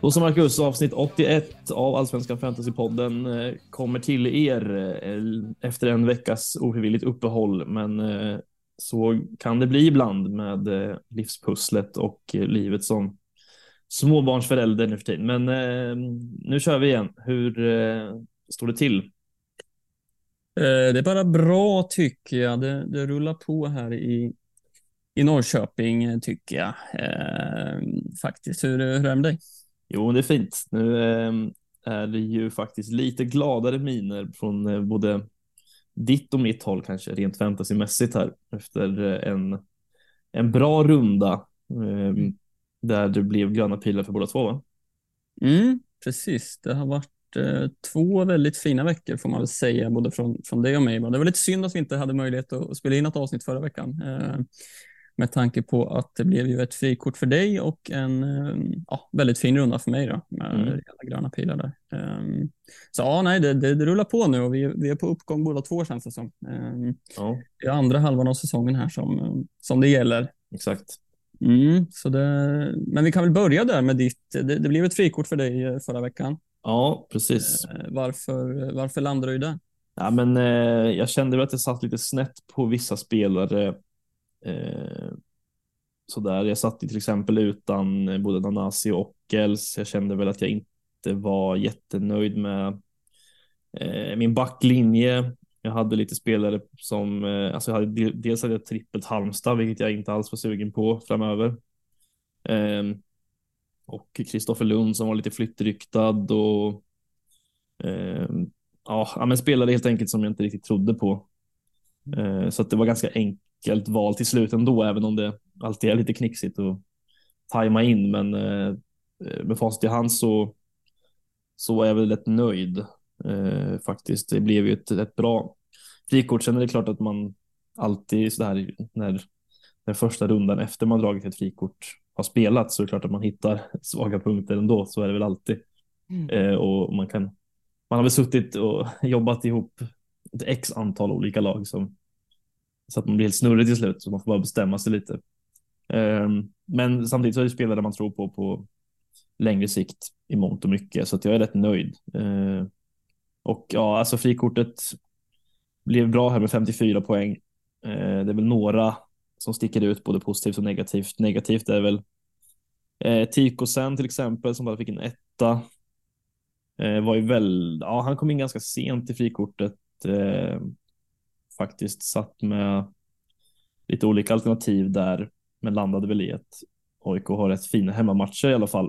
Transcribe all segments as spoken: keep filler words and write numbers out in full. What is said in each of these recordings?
Då som Marcus, avsnitt åttioett av Allsvenskan Fantasypodden eh, kommer till er eh, efter en veckas ofrivilligt uppehåll, men eh, så kan det bli ibland med eh, livspusslet och eh, livet som småbarnsförälder nu för tiden. Men eh, nu kör vi igen. Hur eh, står det till? Eh, Det är bara bra tycker jag. Det, det rullar på här i, i Norrköping eh, tycker jag. Eh, faktiskt. Hur, hur är det med dig? Jo, det är fint. Nu eh, är det ju faktiskt lite gladare miner från eh, både ditt och mitt håll kanske rent fantasymässigt här efter eh, en, en bra runda eh, där det blev gröna pilar för båda två, va? Mm, precis. Det har varit eh, två väldigt fina veckor får man väl säga, både från, från dig och mig. Det var lite synd att vi inte hade möjlighet att spela in ett avsnitt förra veckan. Eh, med tanke på att det blev ju ett frikort för dig och en eh, ja, väldigt fin runda för mig då, med Mm. rejäla gröna pilar där. Um, så ja, nej, det, det, det rullar på nu och vi, vi är på uppgång båda två känns det som. Um, Ja, det är andra halvan av säsongen här som, som det gäller. exakt. Mm, så det, men vi kan väl börja där med ditt. Det, det blev ett frikort för dig eh, förra veckan. Ja, precis. Eh, varför, varför landade du där? Ja, men eh, jag kände väl att det satt lite snett på vissa spelare. Eh, sådär. Jag satt ju till exempel utan eh, både Nanasi och Ockels. Jag kände väl att jag inte var jättenöjd med eh, min backlinje. Jag hade lite spelare som, eh, alltså jag hade del- dels hade jag trippelt Halmstad, vilket jag inte alls var sugen på framöver. Eh, och Kristoffer Lund som var lite flyttryktad och eh, ja, ja, men spelade helt enkelt som jag inte riktigt trodde på. Eh, så att det var ganska enkelt val till slut ändå, även om det alltid är lite knixigt att tajma in. Men eh, med facit i hand så, så är jag väl rätt nöjd eh, faktiskt. Det blev ju ett, ett bra frikort. Sen är det klart att man alltid så här när den första rundan efter man dragit ett frikort har spelat, så är det klart att man hittar svaga punkter ändå. Så är det väl alltid. Mm. Eh, och man kan man har väl suttit och jobbat ihop ett x antal olika lag som så att man blir helt snurrig till slut, så man får bara bestämma sig lite. Um, men samtidigt så är det spelare man tror på på längre sikt i mångt och mycket, så att jag är rätt nöjd. Uh, och ja, alltså frikortet blev bra här med femtiofyra poäng. Uh, det är väl några som sticker ut både positivt och negativt. Negativt är väl uh, Tikosen till exempel, som bara fick en etta. Uh, var ju väl, ja, han kom in ganska sent i frikortet. Uh, faktiskt satt med lite olika alternativ där, men landade väl i att A I K har rätt fina hemmamatcher i alla fall.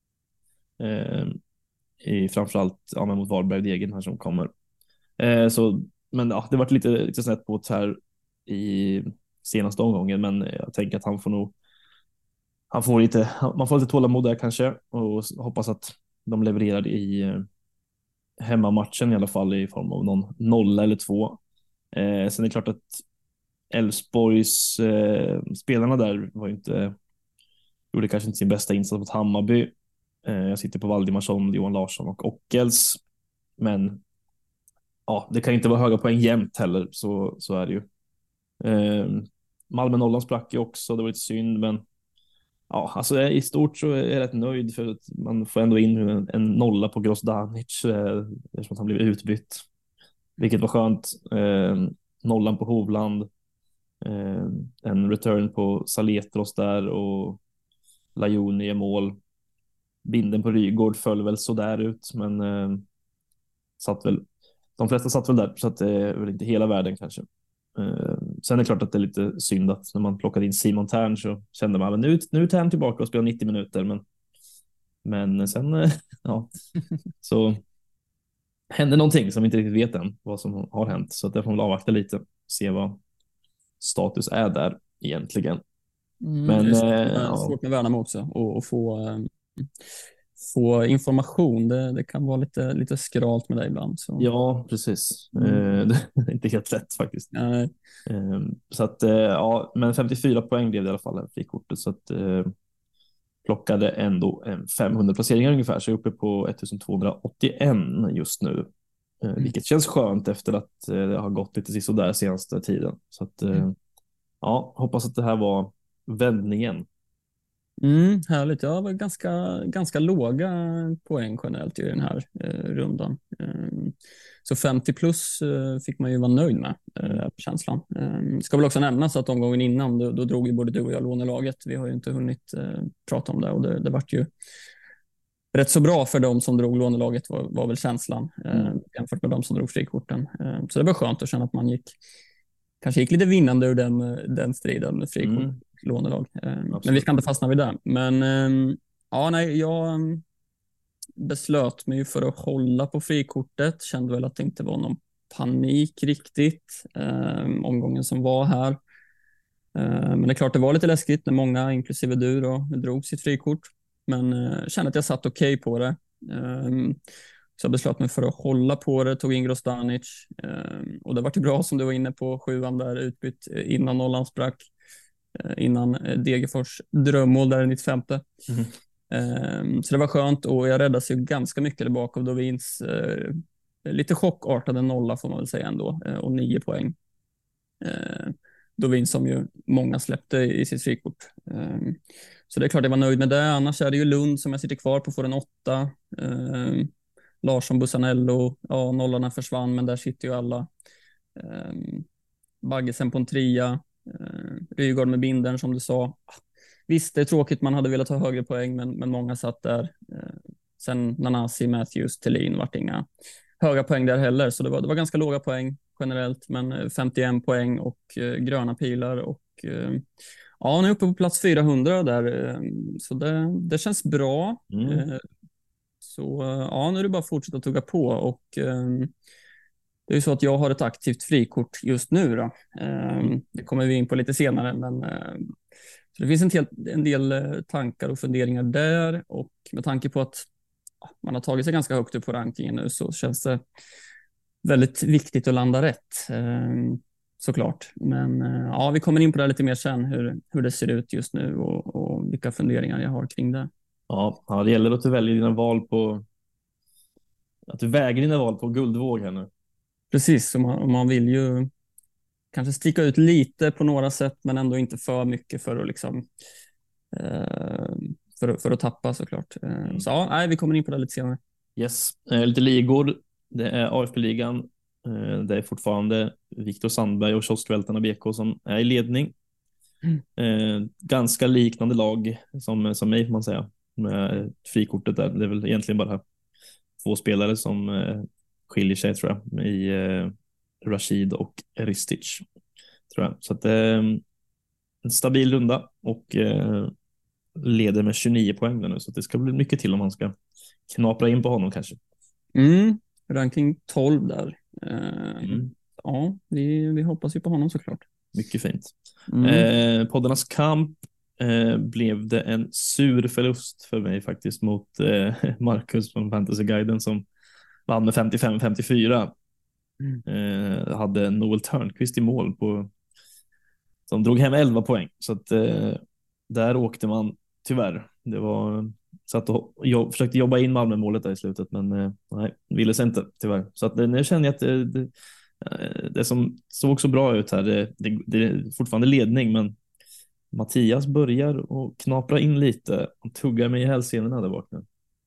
Eh, i framförallt ja, mot Varberg och Degen här som kommer. Eh, så, men ja, det varit lite, lite snett på det här i senaste omgången, men jag tänker att han får nog han får lite, man får lite tålamod där kanske och hoppas att de levererar i eh, hemmamatchen i alla fall i form av någon nolla eller två. Eh, sen är det klart att Elfsborgs eh, spelarna där var ju inte gjorde kanske inte sin bästa insats mot Hammarby. Eh, jag sitter på Valdimarsson, Johan Larsson och Ockels. Men ja, det kan inte vara höga poäng jämt heller, så, så är det ju. Eh, Malmö nollan sprack ju också, det var lite synd, men ja, alltså i stort så är jag rätt nöjd för att man får ändå in en, en nolla på Grozdanic eh, eftersom att han blev utbytt. Vilket var skönt. Eh, nollan på Hovland. Eh, en return på Saletros där och Lajoni i mål. Binden på Rygård föll väl så där ut, men eh, satt väl, de flesta satt väl där, så att det är väl inte hela världen kanske. Eh, sen är det klart att det är lite synd att när man plockade in Simon Tern så kände man att nu, nu är Tern tillbaka och spelar nittio minuter, men, men sen eh, ja, så hände någonting som vi inte riktigt vet än vad som har hänt, så att det får man avvakta lite, se vad status är där egentligen. Mm, Men det är svårt eh, med, ja. svårt med Värnamo också och, och få, eh, få information. Det, det kan vara lite, lite skralt med det ibland. Så. Ja, precis. Mm. Eh, det är inte helt rätt faktiskt. Nej. Eh, så att, eh, ja, men femtiofyra poäng blev det i alla fall här frikortet, så att eh, plockade ändå en femhundra placeringar ungefär, så jag är uppe på ettusentvåhundraåttioen just nu. Eh, Mm. vilket känns skönt efter att eh, det har gått lite så där senaste tiden. Så att, eh, Mm. ja, hoppas att det här var vändningen. Mm, härligt. Ja, det var ganska, ganska låga poäng generellt i den här eh, rundan. Eh, så femtio plus eh, fick man ju vara nöjd med, eh, känslan. Eh, ska väl också nämnas att omgången innan, då, då drog ju både du och jag lånelaget. Vi har ju inte hunnit eh, prata om det och det, det vart ju rätt så bra för de som drog lånelaget var, var väl känslan eh, Mm. jämfört med de som drog frikorten. Eh, så det var skönt att känna att man gick kanske gick lite vinnande ur den, den striden med frikort Mm. lånelag. Eh, Men vi Absolut. ska inte fastna vid det. Men eh, ja, nej, jag eh, beslöt mig för att hålla på frikortet. Kände väl att det inte var någon panik riktigt eh, omgången som var här. Eh, Men det är klart, det var lite läskigt när många, inklusive du, då, drog sitt frikort. Men eh, kände att jag satt okej på det. Eh, Så jag beslöt mig för att hålla på det, tog in Grostanic. Eh, och det var ju bra som du var inne på, sjuan där utbytt eh, innan nollan sprack. Eh, innan eh, Degerfors drömmål där i nittiofemte. Mm. Eh, så det var skönt och jag räddades ju ganska mycket där bak av Dovins eh, lite chockartade nolla får man väl säga ändå. Eh, och nio poäng. Eh, Dovin som ju många släppte i sitt frikort. Eh, så det är klart jag var nöjd med det. Annars är det ju Lund som jag sitter kvar på, får en åtta. Eh, Larsson, Bussanello, ja, nollorna försvann, men där sitter ju alla. Eh, Baggesen på en trea. Eh, Rygaard med binden som du sa. Visst, det är tråkigt, man hade velat ha högre poäng, men, men många satt där. Eh, sen Nanasi, Matthews, Thelin vart inga höga poäng där heller, så det var, det var ganska låga poäng generellt, men femtioen poäng och eh, gröna pilar och eh, ja, nu är uppe på plats fyrahundra där, eh, så det, det känns bra. Mm. Eh, så eh, ja, nu är det bara att fortsätta tugga på och eh, det är ju så att jag har ett aktivt frikort just nu då. Eh, det kommer vi in på lite senare, men eh, så det finns en del, en del eh, tankar och funderingar där och med tanke på att man har tagit sig ganska högt upp på rankingen nu så känns det väldigt viktigt att landa rätt, eh, såklart. Men eh, ja, vi kommer in på det lite mer sen, hur, hur det ser ut just nu och, och vilka funderingar jag har kring det. Ja, ja, det gäller att du väljer dina val på att du väger dina val på guldvåg här nu. Precis, och man, man vill ju kanske sticka ut lite på några sätt, men ändå inte för mycket för att liksom eh, för, för att tappa såklart. Eh, så ja, nej, vi kommer in på det lite senare. Yes, eh, lite ligor. Det är A F B-ligan. Eh, det är fortfarande Viktor Sandberg och kioskvältarna B K som är i ledning. Mm. Eh, ganska liknande lag som, som mig, får man säga. Med frikortet där. Det är väl egentligen bara två spelare som eh, skiljer sig, tror jag, i eh, Rashid och Ristic, tror jag. Så att det är en stabil runda och eh, leder med tjugonio poäng nu, så det ska bli mycket till om han ska knapra in på honom kanske. Mm, ranking tolv där. Eh, Mm. Ja, vi, vi hoppas ju på honom såklart. Mycket fint. Mm. Eh, poddarnas kamp eh, blev det en sur förlust för mig faktiskt mot eh, Marcus från Fantasyguiden som vann med femtiofem femtiofyra. Mm. Eh, hade Noel Törnqvist i mål på som drog hem elva poäng, så att eh, där åkte man tyvärr. Det var satt och jobb, försökte jobba in Malmö-målet där i slutet, men eh, nej, ville sig inte tyvärr. Så att, eh, nu känner jag att det, det, det som såg så bra ut här, det, det, det är fortfarande ledning, men Mattias börjar och knapra in lite och tuggar mig i hälsenorna där bak nu.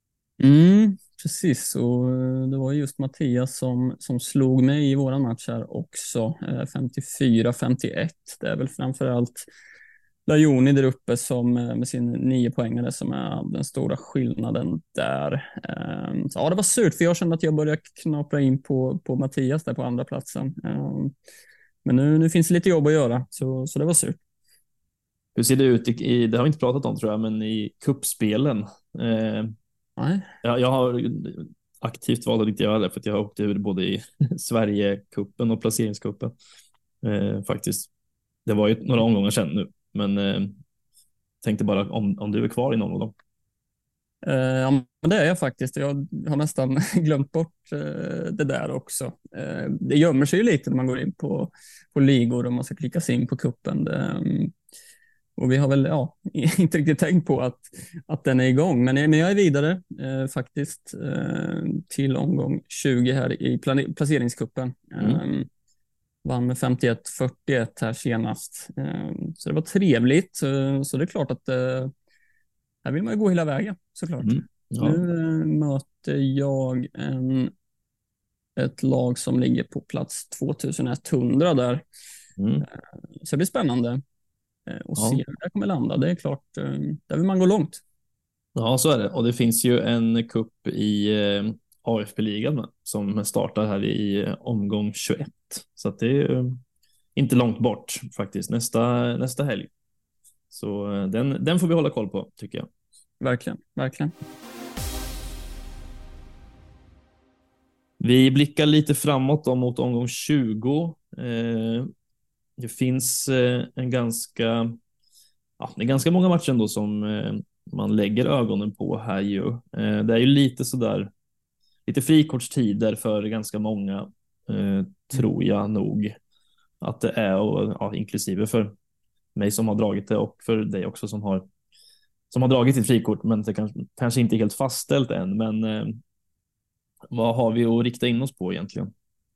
Mm, precis, och eh, det var just Mattias som, som slog mig i våran match här också. Eh, femtiofyra femtioett. Det är väl framförallt Lajoni där uppe som eh, med sin nio poängare som är den stora skillnaden där. Eh, så, ja, det var surt för jag kände att jag började knapra in på, på Mattias där på andra platsen. Eh, men nu, nu finns det lite jobb att göra, så, så det var surt. Hur ser det ut i, i det har vi inte pratat om, tror jag, men i kuppspelen? Eh, Nej. jag, jag har aktivt valt att inte göra det för att jag har åkt ur både i Sverigecupen och placeringscupen. Eh, faktiskt. Det var ju några omgångar sedan nu, men eh, tänkte bara om, om du är kvar i någon av dem. Uh, ja, men det är jag faktiskt. Jag har nästan glömt bort uh, det där också. Uh, det gömmer sig ju lite när man går in på, på ligor och man ska klicka sig in på kuppen. Um, och vi har väl ja, inte riktigt tänkt på att, att den är igång. Men, men jag är vidare uh, faktiskt uh, till omgång tjugo här i plan- placeringskuppen. Mm. Um, vann med femtioett fyrtioett här senast. Um, så det var trevligt. Uh, så det är klart att uh, här vill man ju gå hela vägen såklart. Mm. Ja. Nu äh, möter jag en, ett lag som ligger på plats tvåtusenetthundra där. Mm. Äh, så det blir spännande äh, och Ja. se hur det kommer landa. Det är klart, äh, där vill man gå långt. Ja, så är det. Och det finns ju en kupp i eh, A F P-ligan som startar här i eh, omgång tjugoett. Så att det är ju inte långt bort faktiskt, nästa, nästa helg. Så eh, den, den får vi hålla koll på, tycker jag. Verkligen, verkligen. Vi blickar lite framåt då, mot omgång tjugo. Eh, det finns eh, en ganska, ja, det är ganska många matcher ändå som eh, man lägger ögonen på här ju. Eh, det är ju lite sådär, lite frikortstider för ganska många, eh, tror jag nog att det är, och ja, inklusive för mig som har dragit det och för dig också som har som har dragit ett frikort, men det kanske, kanske inte är helt fastställt än. Men eh, vad har vi att rikta in oss på egentligen?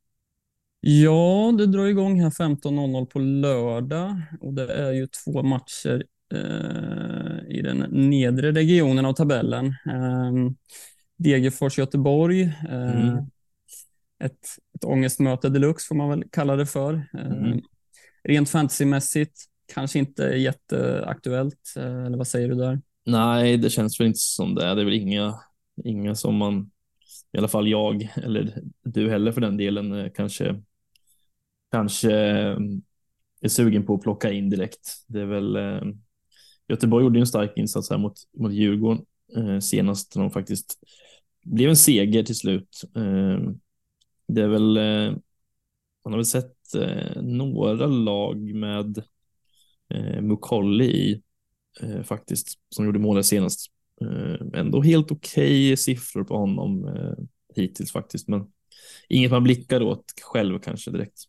Ja, det drar igång här femton noll noll på lördag och det är ju två matcher eh, i den nedre regionen av tabellen. Eh, Degerfors-Göteborg, eh, Mm. ett, ett ångestmöte deluxe får man väl kalla det för. Eh, Mm. Rent fantasymässigt kanske inte jätteaktuellt, eh, eller vad säger du där? Nej, det känns väl inte som det. Det är väl inga, inga som man, i alla fall jag, eller du heller för den delen, eh, kanske, kanske eh, är sugen på att plocka in direkt. Det är väl, eh, Göteborg gjorde ju en stark insats här mot, mot Djurgården eh, senast, när de faktiskt blev en seger till slut. Eh, det är väl, eh, man har väl sett eh, några lag med eh, Mukolli i eh, faktiskt, som gjorde målet senast. Eh, ändå helt okej siffror på honom eh, hittills faktiskt, men inget man blickar åt själv kanske direkt.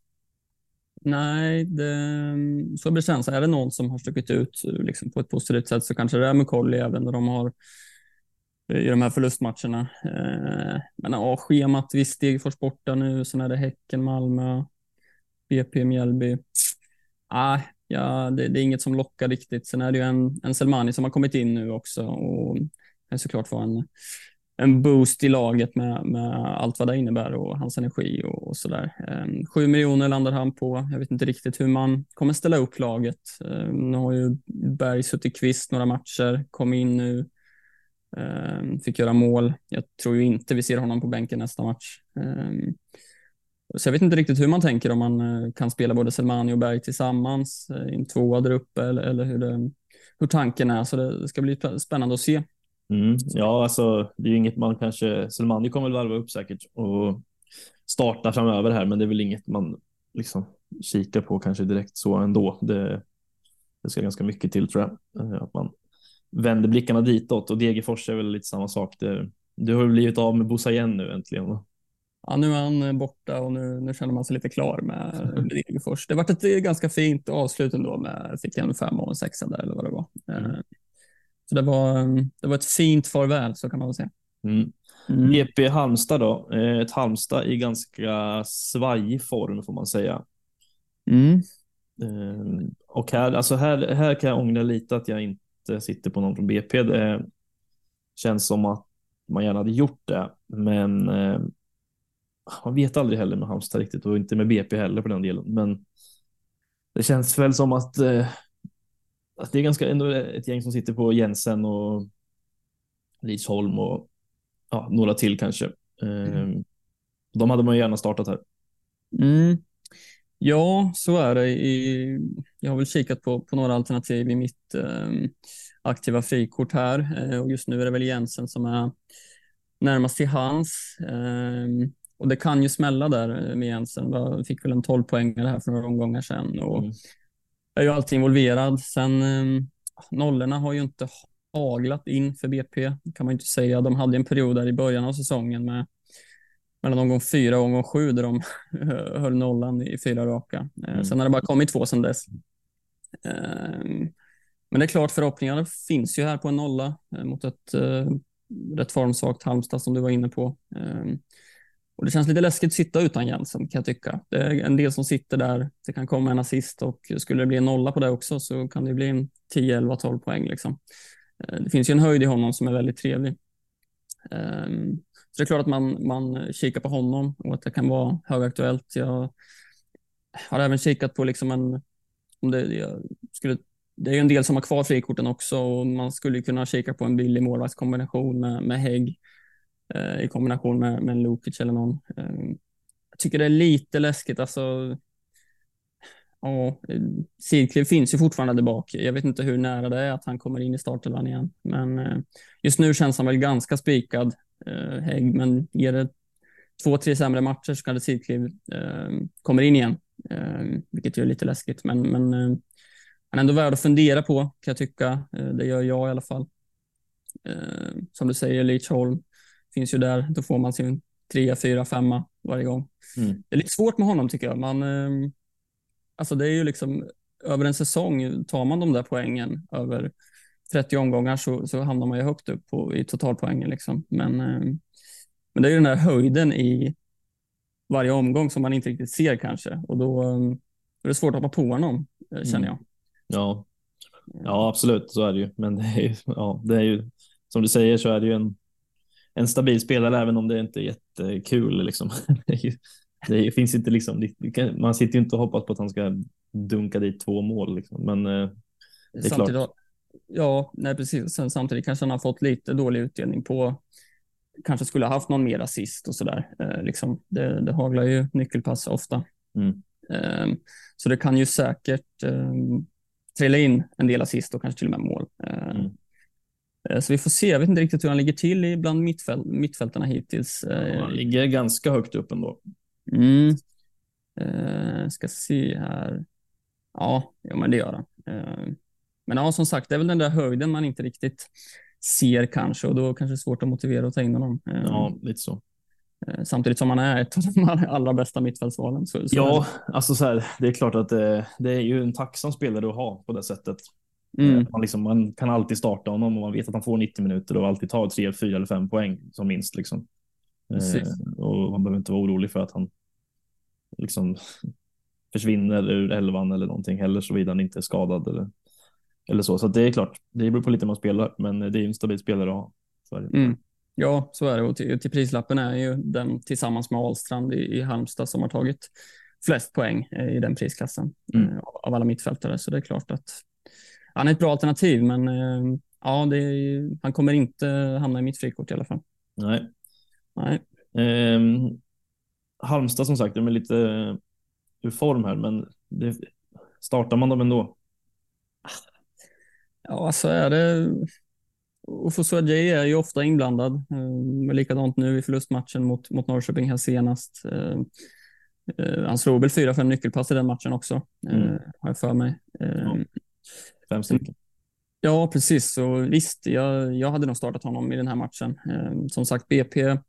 Nej, det, så blir det känns. Är det någon som har stuckit ut liksom, på ett positivt sätt så kanske det är Mukolli, även när de har i de här förlustmatcherna. Eh, men ja, schemat, visst, Degerfors borta nu, sen är det Häcken, Malmö, B P, Mjällby. Ah, ja, det, det är inget som lockar riktigt. Sen är det ju en, en Selmani som har kommit in nu också och kan såklart vara en, en boost i laget med, med allt vad det innebär och hans energi och, och sådär. Um, sju miljoner landar han på. Jag vet inte riktigt hur man kommer ställa upp laget. Um, nu har ju Berg suttit kvist några matcher, kom in nu, um, fick göra mål. Jag tror ju inte vi ser honom på bänken nästa match. Um, så jag vet inte riktigt hur man tänker, om man uh, kan spela både Selmani och Berg tillsammans uh, i en tvåa där uppe, eller, eller hur, det, hur tanken är. Så det, det ska bli spännande att se. Mm. Ja, alltså det är ju inget man kanske, Selmani kommer väl varva upp säkert och starta framöver här, men det är väl inget man liksom kikar på kanske direkt så ändå. Det, det ska ganska mycket till, tror jag, att man vänder blickarna ditåt, och Degerfors är väl lite samma sak. Det, du har ju blivit av med Bosa igen nu äntligen. Ja, nu är han borta och nu, nu känner man sig lite klar med, med Degerfors. Det har varit ett ganska fint avslut ändå, med fick en fem och en sexa där, eller vad det var. Mm. Så det var, det var ett fint farväl, så kan man väl säga. Mm. Mm. G P Halmstad då. Ett Halmstad i ganska svajig form, får man säga. Mm. Och här, alltså här, här kan jag ångra lite att jag inte sitter på någon från B P. Det känns som att man gärna hade gjort det, men man vet aldrig heller med Halmstad riktigt, och inte med B P heller på den delen. Men det känns väl som att, att det är ganska ändå ett gäng som sitter på Jensen och Lidsholm och ja, några till kanske. Mm. De hade man gärna startat här. Mm. Ja, så är det. I, jag har väl kikat på, på några alternativ i mitt eh, aktiva frikort här. Eh, och just nu är det väl Jensen som är närmast till hans. Eh, och det kan ju smälla där med Jensen. Jag fick väl en tolv poäng här för några omgångar sedan. Och mm. är ju alltid involverad. Sen eh, nollorna har ju inte haglat in för B P, kan man inte säga. De hade en period där i början av säsongen med mellan omgång fyra och omgång sju där de höll nollan i fyra raka. Mm. Sen har det bara kommit två sedan dess. Men det är klart, förhoppningarna finns ju här på en nolla mot ett rätt formsvagt Halmstad som du var inne på. Och det känns lite läskigt att sitta utan Jensen, kan jag tycka. Det är en del som sitter där. Det kan komma en assist, och skulle det bli en nolla på det också så kan det bli en tio, elva, tolv poäng liksom. Eh, Det finns ju en höjd i honom som är väldigt trevlig. Ehm, Så det är klart att man, man kikar på honom och att det kan vara högaktuellt. Jag har även kikat på liksom en, om det, jag skulle, det är ju en del som har kvar frikorten också och man skulle ju kunna kika på en billig målvaktskombination med, med Hägg eh, i kombination med, med en Lukic eller någon. Ehm, jag tycker det är lite läskigt. Alltså, ja, eh, Sidklev finns ju fortfarande där bak. Jag vet inte hur nära det är att han kommer in i startelvan igen. Men eh, just nu känns han väl ganska spikad, eh, Hägg. Men ger det två, tre sämre matcher så kanske Sidklev eh, kommer in igen. Eh, vilket ju är lite läskigt. Men, men eh, han är ändå värd att fundera på, kan jag tycka. Eh, det gör jag i alla fall. Eh, som du säger, Leach Holm finns ju där. Då får man sin trea, fyra, femma varje gång. Mm. Det är lite svårt med honom tycker jag. Man... Eh, Alltså det är ju liksom över en säsong, tar man de där poängen över trettio omgångar så, så hamnar man ju högt upp på, i totalpoängen. Liksom. Men, eh, men det är ju den där höjden i varje omgång som man inte riktigt ser kanske. Och då eh, är det svårt att hoppa på honom, eh, känner Mm. jag. Ja. Ja, absolut, så är det ju. Men det är ju, ja, det är ju som du säger så är det ju en, en stabil spelare även om det inte är jättekul. Liksom. Det, är ju, det finns inte liksom, det, kan, man sitter ju inte och hoppas på att han ska dunka dit två mål. Liksom. Men eh, det är Samtidigt, klart. har- ja, nej, precis. Sen, samtidigt kanske han har fått lite dålig utdelning på, kanske skulle ha haft någon mer assist och sådär. Eh, liksom. det, det haglar ju nyckelpass ofta. Mm. Eh, så det kan ju säkert eh, trilla in en del assist och kanske till och med mål. Eh, Mm. eh, Så vi får se. Jag vet inte riktigt hur han ligger till i bland mittfält, mittfältarna hittills. Ja, Eh, han ligger ganska högt upp ändå. mm, eh, ska se här. Ja, ja men det gör han. Eh, men ja, som sagt, det är väl den där höjden man inte riktigt ser kanske och då kanske det är svårt att motivera att ta in honom. Eh, Ja, lite så. eh, Samtidigt som han är ett av de allra bästa mittfältsvalen. Så, så är Ja, alltså så här, det är klart att det, det är ju en tacksam spelare att ha på det sättet. det. Eh, Mm, Man, liksom, man kan alltid starta honom och man vet att han får nittio minuter och alltid tar tre, fyra eller fem poäng som minst. Liksom. precis. Eh, och man behöver inte vara orolig för att han liksom försvinner ur elvan eller någonting heller såvida han inte är skadad eller, eller så. Så att det är klart, det beror på lite hur man spelar, men det är ju en stabil spelare att ha. Så är det. Mm. Ja, så är det. Och till, till prislappen är ju den tillsammans med Ahlstrand i, i Halmstad som har tagit flest poäng eh, i den prisklassen Mm. eh, av alla mittfältare. Så det är klart att han är ett bra alternativ, men eh, ja, det är, ju- han kommer inte hamna i mitt frikort i alla fall. Nej. Nej. Ehm, Halmstad som sagt, de är lite eh, ur form här, men det, startar man dem ändå? Ja, så är det. Och Fosuadjei är ju ofta inblandad. Eh, Men likadant nu i förlustmatchen mot, mot Norrköping här senast. Eh, eh, Han slog väl fyra, fem nyckelpass i den matchen också, eh, Mm. har jag för mig. Eh, Ja, fem stycken. Ja, precis. Så visst, jag, jag hade nog startat honom i den här matchen. Eh, som sagt, B P. Eh,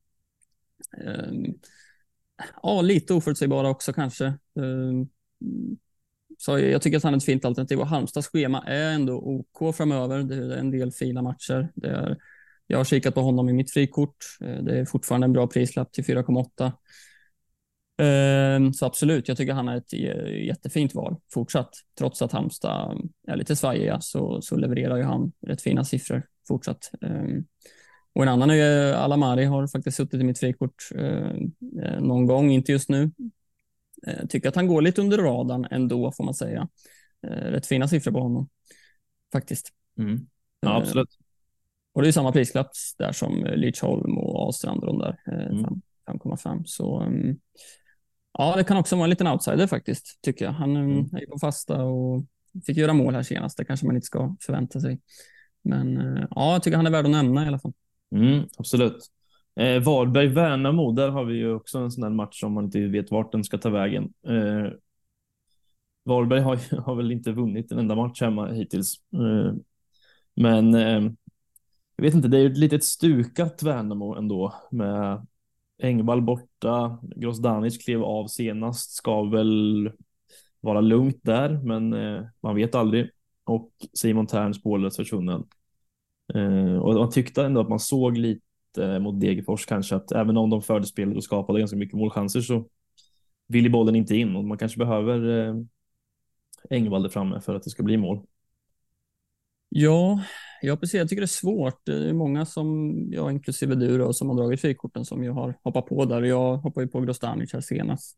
ja, lite oförutsägbara också kanske. Eh, så jag tycker att han är ett fint alternativ och Halmstads schema är ändå OK framöver. Det är en del fina matcher. Det är, jag har kikat på honom i mitt frikort. Eh, det är fortfarande en bra prislapp till fyra komma åtta. Eh, Så absolut, jag tycker han är ett j- jättefint val fortsatt. Trots att Halmstad är lite svajiga så, så levererar ju han rätt fina siffror fortsatt. Eh, Och en annan är ju Alamari, har faktiskt suttit i mitt frikort eh, eh, någon gång, inte just nu. Eh, Tycker att han går lite under radarn ändå får man säga. Eh, Rätt fina siffror på honom faktiskt. Mm. Ja, Eh, absolut. Och det är samma prislapp där som eh, Lidsholm och Ahlstrand och de där. eh, Mm. fem- fem komma fem. Så mm, ja, det kan också vara en liten outsider faktiskt, tycker jag. Han mm. Mm. är ju på fasta och fick göra mål här senast. Det kanske man inte ska förvänta sig. Men eh, ja, jag tycker han är värd att nämna i alla fall. Mm, absolut. Eh, Varberg-Värnamo, där har vi ju också en sån här match som man inte vet vart den ska ta vägen. Eh, Varberg har, har väl inte vunnit en enda match hemma hittills. Eh, men eh, jag vet inte, det är ju ett litet stukat Värnamo ändå med Engvall borta. Grozdanic klev av senast, ska väl vara lugnt där, men eh, man vet aldrig. Och Simon Tern spårlöst försvunnen. Eh, och man tyckte ändå att man såg lite mot Degerfors kanske att även om de förde spelet och skapade ganska mycket målchanser så vill ju bollen inte in och man kanske behöver eh, Engvall där framme för att det ska bli mål. Ja, ja, precis. Jag tycker det är svårt. Det är många som, jag inklusive du då, som har dragit frikorten som ju har hoppat på där. Jag hoppar ju på Grostanic här senast.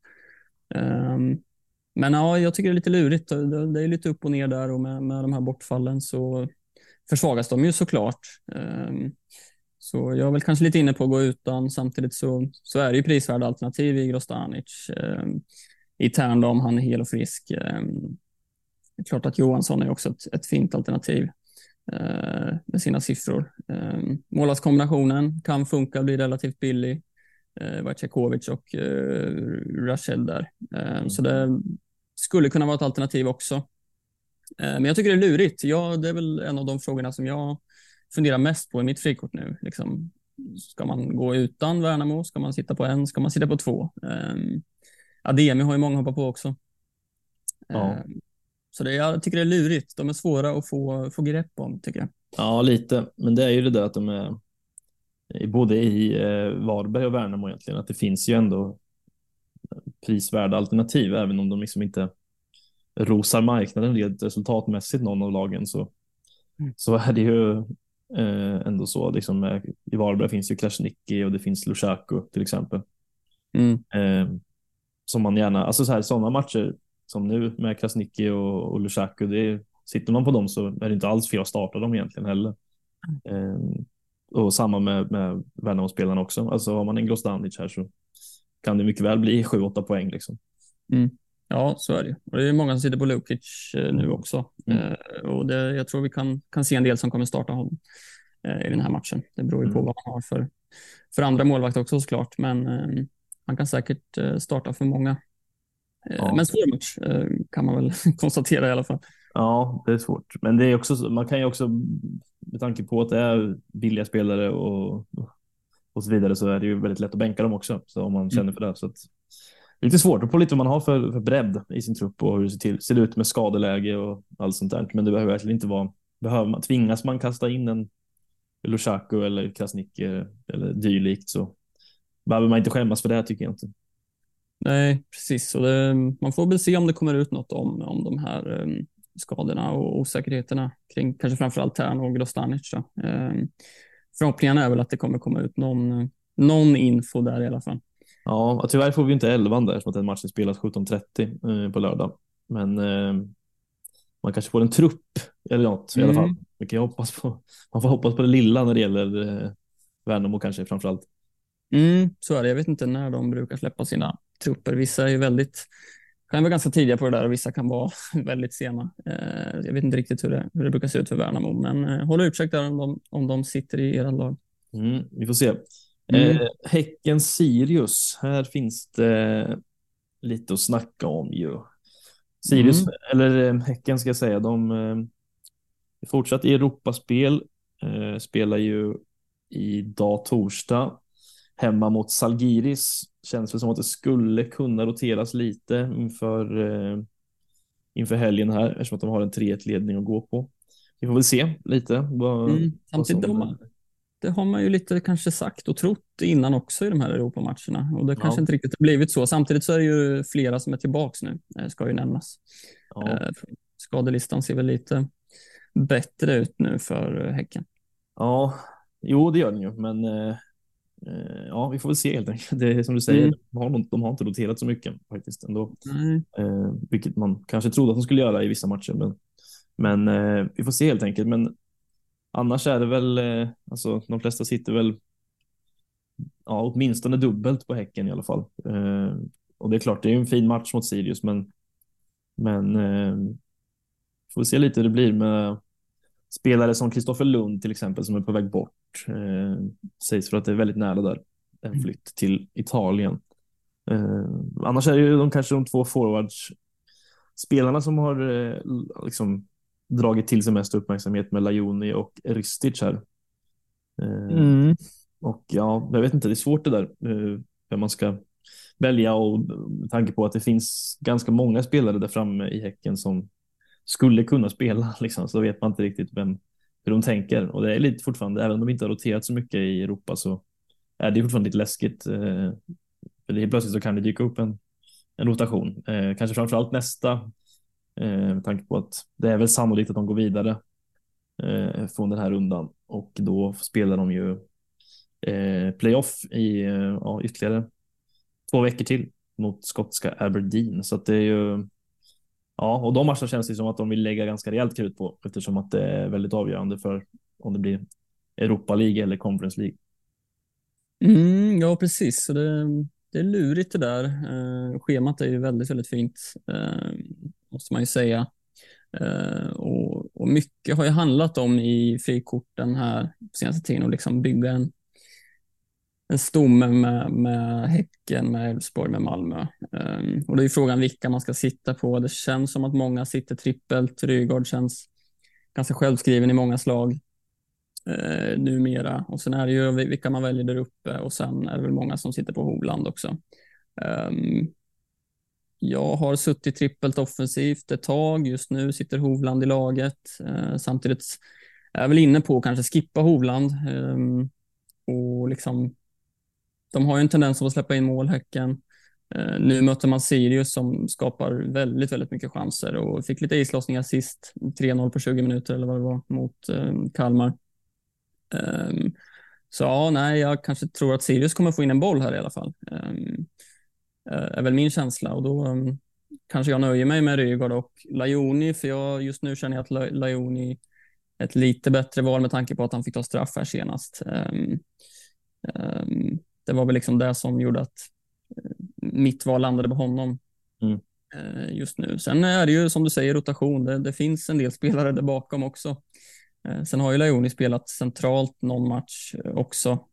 Ehm, men ja, jag tycker det är lite lurigt. Det, det är lite upp och ner där och med, med de här bortfallen så försvagas de ju såklart. Ehm, så jag är väl kanske lite inne på att gå utan. Samtidigt så, så är det ju prisvärda alternativ i Grostanic. Ehm, I Tern om han är hel och frisk. Ehm, det är klart att Johansson är också ett, ett fint alternativ eh, med sina siffror. Eh, målvaktskombinationen kan funka, bli relativt billig. Eh, Vacekovic och eh, Rachel där. Eh, Mm. Så det skulle kunna vara ett alternativ också. Eh, men jag tycker det är lurigt. Ja, det är väl en av de frågorna som jag funderar mest på i mitt frikort nu. Liksom, ska man gå utan Värnamo? Ska man sitta på en? Ska man sitta på två? Eh, Ademi har ju många hoppat på också. Eh, Ja. så det, jag tycker det är lurigt. De är svåra att få, få grepp om, tycker jag. Ja, lite. Men det är ju det där att de är i- både i eh, Varberg och Värnamo egentligen, att det finns ju ändå prisvärda alternativ, även om de liksom inte rosar marknaden rent resultatmässigt någon av lagen, så, Mm. så är det ju eh, ändå så. Liksom, eh, i Varberg finns ju Krasniqi och det finns Lushaku till exempel. Mm. Eh, som man gärna, alltså så här, sådana matcher som nu med Krasniqi och, och Lushaku, det är, sitter man på dem så är det inte alls fel att starta dem egentligen heller. Eh, och samma med, med Värnamo-spelarna också. Alltså har man en Grostanic här så kan det mycket väl bli sju åtta poäng liksom. Mm. Ja, så är det. Och det är många som sitter på Lukic eh, nu också. Mm. Eh, och det, jag tror vi kan, kan se en del som kommer starta honom eh, i den här matchen. Det beror ju på Mm. vad man har för, för andra målvakt också såklart. Men eh, han kan säkert eh, starta för många. Eh, Ja. Men svår match eh, kan man väl konstatera i alla fall. Ja, det är svårt. Men det är också, så- man kan ju också, med tanke på att det är billiga spelare och, och så vidare, så är det ju väldigt lätt att bänka dem också. Så om man Mm. känner för det. Så att, det är lite svårt att på lite vad man har för, för bredd i sin trupp och hur det ser, till, ser ut med skadeläge och allt sånt där. Men det behöver verkligen inte vara, behöver man, tvingas man kasta in en Lushaku eller Krasniqi eller dylikt, så behöver man inte skämmas för det här, tycker jag inte. Nej, precis. Och det, man får väl se om det kommer ut något om, om de här um, skadorna och osäkerheterna kring kanske framförallt Tern och Grostanic. Då. Um, förhoppningen är väl att det kommer komma ut någon, någon info där i alla fall. Ja, tyvärr får vi inte elvan där, som att den matchen spelas sjutton trettio eh, på lördag. Men eh, man kanske får en trupp eller något i alla fall. Mm. Vi kan ju hoppas på, man får hoppas på det lilla när det gäller eh, Värnamo kanske framförallt. Mm, så är det. Jag vet inte när de brukar släppa sina trupper. Vissa är ju väldigt, kan vara ganska tidiga på det där och vissa kan vara väldigt sena. Eh, jag vet inte riktigt hur det, hur det brukar se ut för Värnamo, men eh, håll utkik där om de, om de sitter i era lag. Mm, vi får se. Mm. Eh, Häcken-Sirius, här finns det lite att snacka om ju. Sirius, Mm. eller eh, Häcken ska jag säga, de eh, är fortsatt i Europaspel, eh, spelar ju idag torsdag hemma mot Zalgiris. Känns väl som att det skulle kunna roteras lite inför, eh, inför helgen här, eftersom att de har en tre ett-ledning att gå på. Vi får väl se lite vad, Mm. vad Samtidigt, som... de, det har man ju lite kanske sagt och trott innan också i de här Europamatcherna och det kanske Ja, inte riktigt har blivit så. Samtidigt så är det ju flera som är tillbaks nu, eh, ska ju nämnas. ja, Eh, Skadelistan ser väl lite bättre ut nu för eh, Häcken. ja, jo det gör den ju, men eh, eh, ja, vi får väl se helt enkelt. Det är som du säger, Mm. de har, nog- de har inte roterat så mycket faktiskt ändå, Nej. eh, vilket man kanske trodde att de skulle göra i vissa matcher, men, men eh, vi får se helt enkelt. Men annars är det väl, eh, alltså de flesta sitter väl, ja, åtminstone dubbelt på Häcken i alla fall. Eh, och det är klart, det är ju en fin match mot Sirius, men, men eh, får se lite hur det blir med spelare som Kristoffer Lund till exempel, som är på väg bort. Eh, sägs för att det är väldigt nära där, en flytt till Italien. Eh, annars är det ju de, kanske de två forwards spelarna som har eh, liksom dragit till sig mest uppmärksamhet med Lajoni och Ristic här. Eh, Mm. och ja, jag vet inte, det är svårt det där, eh, vem man ska välja, och med tanke på att det finns ganska många spelare där framme i Häcken som skulle kunna spela, liksom, så vet man inte riktigt vem, hur de tänker. Och det är lite fortfarande, även om de inte har roterat så mycket i Europa, så är det fortfarande lite läskigt. Eh, för det är plötsligt så kan det dyka upp en, en rotation. Eh, kanske framförallt nästa, eh, med tanke på att det är väl sannolikt att de går vidare eh, från den här rundan och då spelar de ju eh, playoff i eh, ja, ytterligare två veckor till mot skotska Aberdeen. Så att det är ju, ja, och de matcherna känns det som att de vill lägga ganska rejält krut på eftersom att det är väldigt avgörande för om det blir Europa League eller Conference League. Mm, ja, precis. Så det, det är lurigt det där. Eh, schemat är ju väldigt, väldigt fint, eh, måste man ju säga. Eh, och, och mycket har ju handlat om i frikorten här på senaste tiden och liksom bygga en, en stomme med, med Häcken, med Elfsborg, med Malmö. Eh, och det är ju frågan vilka man ska sitta på. Det känns som att många sitter trippelt. Rygaard känns ganska självskriven i många slag eh, numera. Och sen är det ju vilka man väljer där uppe och sen är det väl många som sitter på Hovland också. Um, jag har suttit trippelt offensivt ett tag. Just nu sitter Hovland i laget. Uh, samtidigt är jag väl inne på att kanske skippa Hovland. Um, och liksom, de har ju en tendens att släppa in mål, Häcken. Uh, nu möter man Sirius som skapar väldigt, väldigt mycket chanser och fick lite islossningar sist. tre noll på tjugo minuter eller vad det var mot um, Kalmar. Um, så ja, nej, jag kanske tror att Sirius kommer få in en boll här i alla fall. Um, är väl min känsla och då um, kanske jag nöjer mig med Rygaard och Lajoni, för jag just nu känner jag att Lajoni är ett lite bättre val med tanke på att han fick ta straff här senast. Um, um, det var väl liksom det som gjorde att uh, mitt val landade på honom Mm. uh, just nu. Sen är det ju som du säger rotation. Det, det finns en del spelare där bakom också. Sen har ju Lajoni spelat centralt någon match också.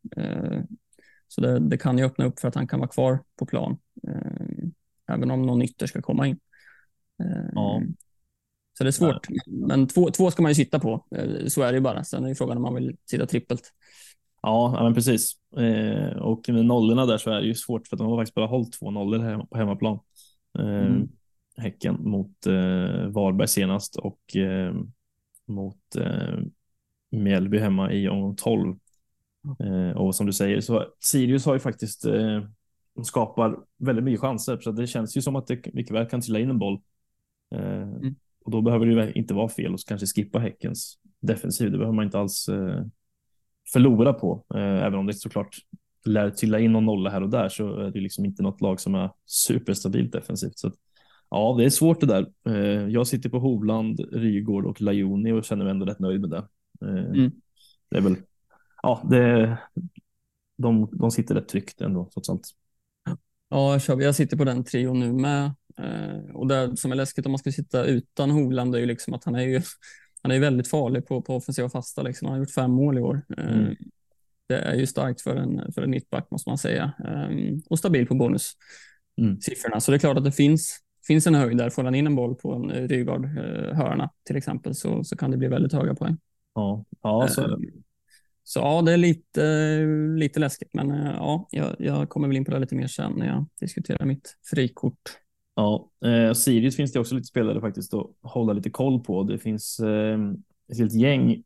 Så det, det kan ju öppna upp för att han kan vara kvar på plan. Även om någon ytter ska komma in. Ja. Så det är svårt. Men två, två ska man ju sitta på. Så är det ju bara. Sen är ju frågan om man vill sitta trippelt. Ja, men precis. Eh, och med nollorna där så är det ju svårt för att de har faktiskt bara hållit två nollor hem, på hemmaplan. Eh, Mm. Häcken mot eh, Varberg senast och eh, mot eh, Mjällby hemma i omgång tolv. Eh, och som du säger så Sirius har ju faktiskt eh, skapar väldigt mycket chanser så det känns ju som att det mycket väl kan trilla in en boll. Eh, Mm. och då behöver det ju inte vara fel och kanske skippa Häckens defensiv. Det behöver man inte alls eh, förlora på. Eh, även om det såklart lär trilla in någon nolla här och där så är det liksom inte något lag som är superstabilt defensivt. Så att, ja, det är svårt det där. Eh, jag sitter på Hovland, Rygaard och Lajoni och känner mig ändå rätt nöjd med det. Eh, Mm. Det är väl, ja, det, de, de sitter rätt tryggt ändå, trots allt. Ja, jag, kör, jag sitter på den trion nu med. Eh, och det som är läskigt om man ska sitta utan Hovland är ju liksom att han är ju han är väldigt farlig på, på offensiva fasta. Liksom. Han har gjort fem mål i år. Eh, Mm. Det är ju starkt för en, för en mittback måste man säga. Eh, och stabil på bonussiffrorna. Mm. Så det är klart att det finns, finns en höjd där. Får han in en boll på en Rygaard eh, hörna till exempel så, så kan det bli väldigt höga poäng. Ja, ja så är det. Eh, Så ja, det är lite, lite läskigt, men ja, jag, jag kommer väl in på det lite mer sen när jag diskuterar mitt frikort. Ja, eh, Sirius finns det också lite spelare faktiskt att hålla lite koll på. Det finns eh, ett helt gäng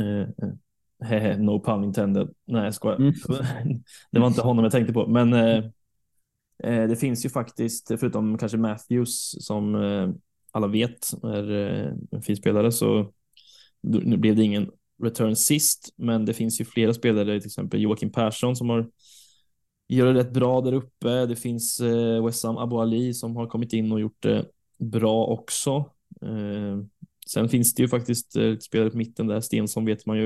eh, eh, no pun intended. Nej, jag skojar. Mm. Det var inte honom jag tänkte på, men eh, eh, det finns ju faktiskt, förutom kanske Matthews som eh, alla vet är eh, en fin spelare, så nu blev det ingen return sist, men det finns ju flera spelare, till exempel Joakim Persson som har gör det rätt bra där uppe. Det finns eh, Wessam Abu Ali som har kommit in och gjort det bra också. Eh, sen finns det ju faktiskt eh, spelare på mitten där, Stensson vet man ju.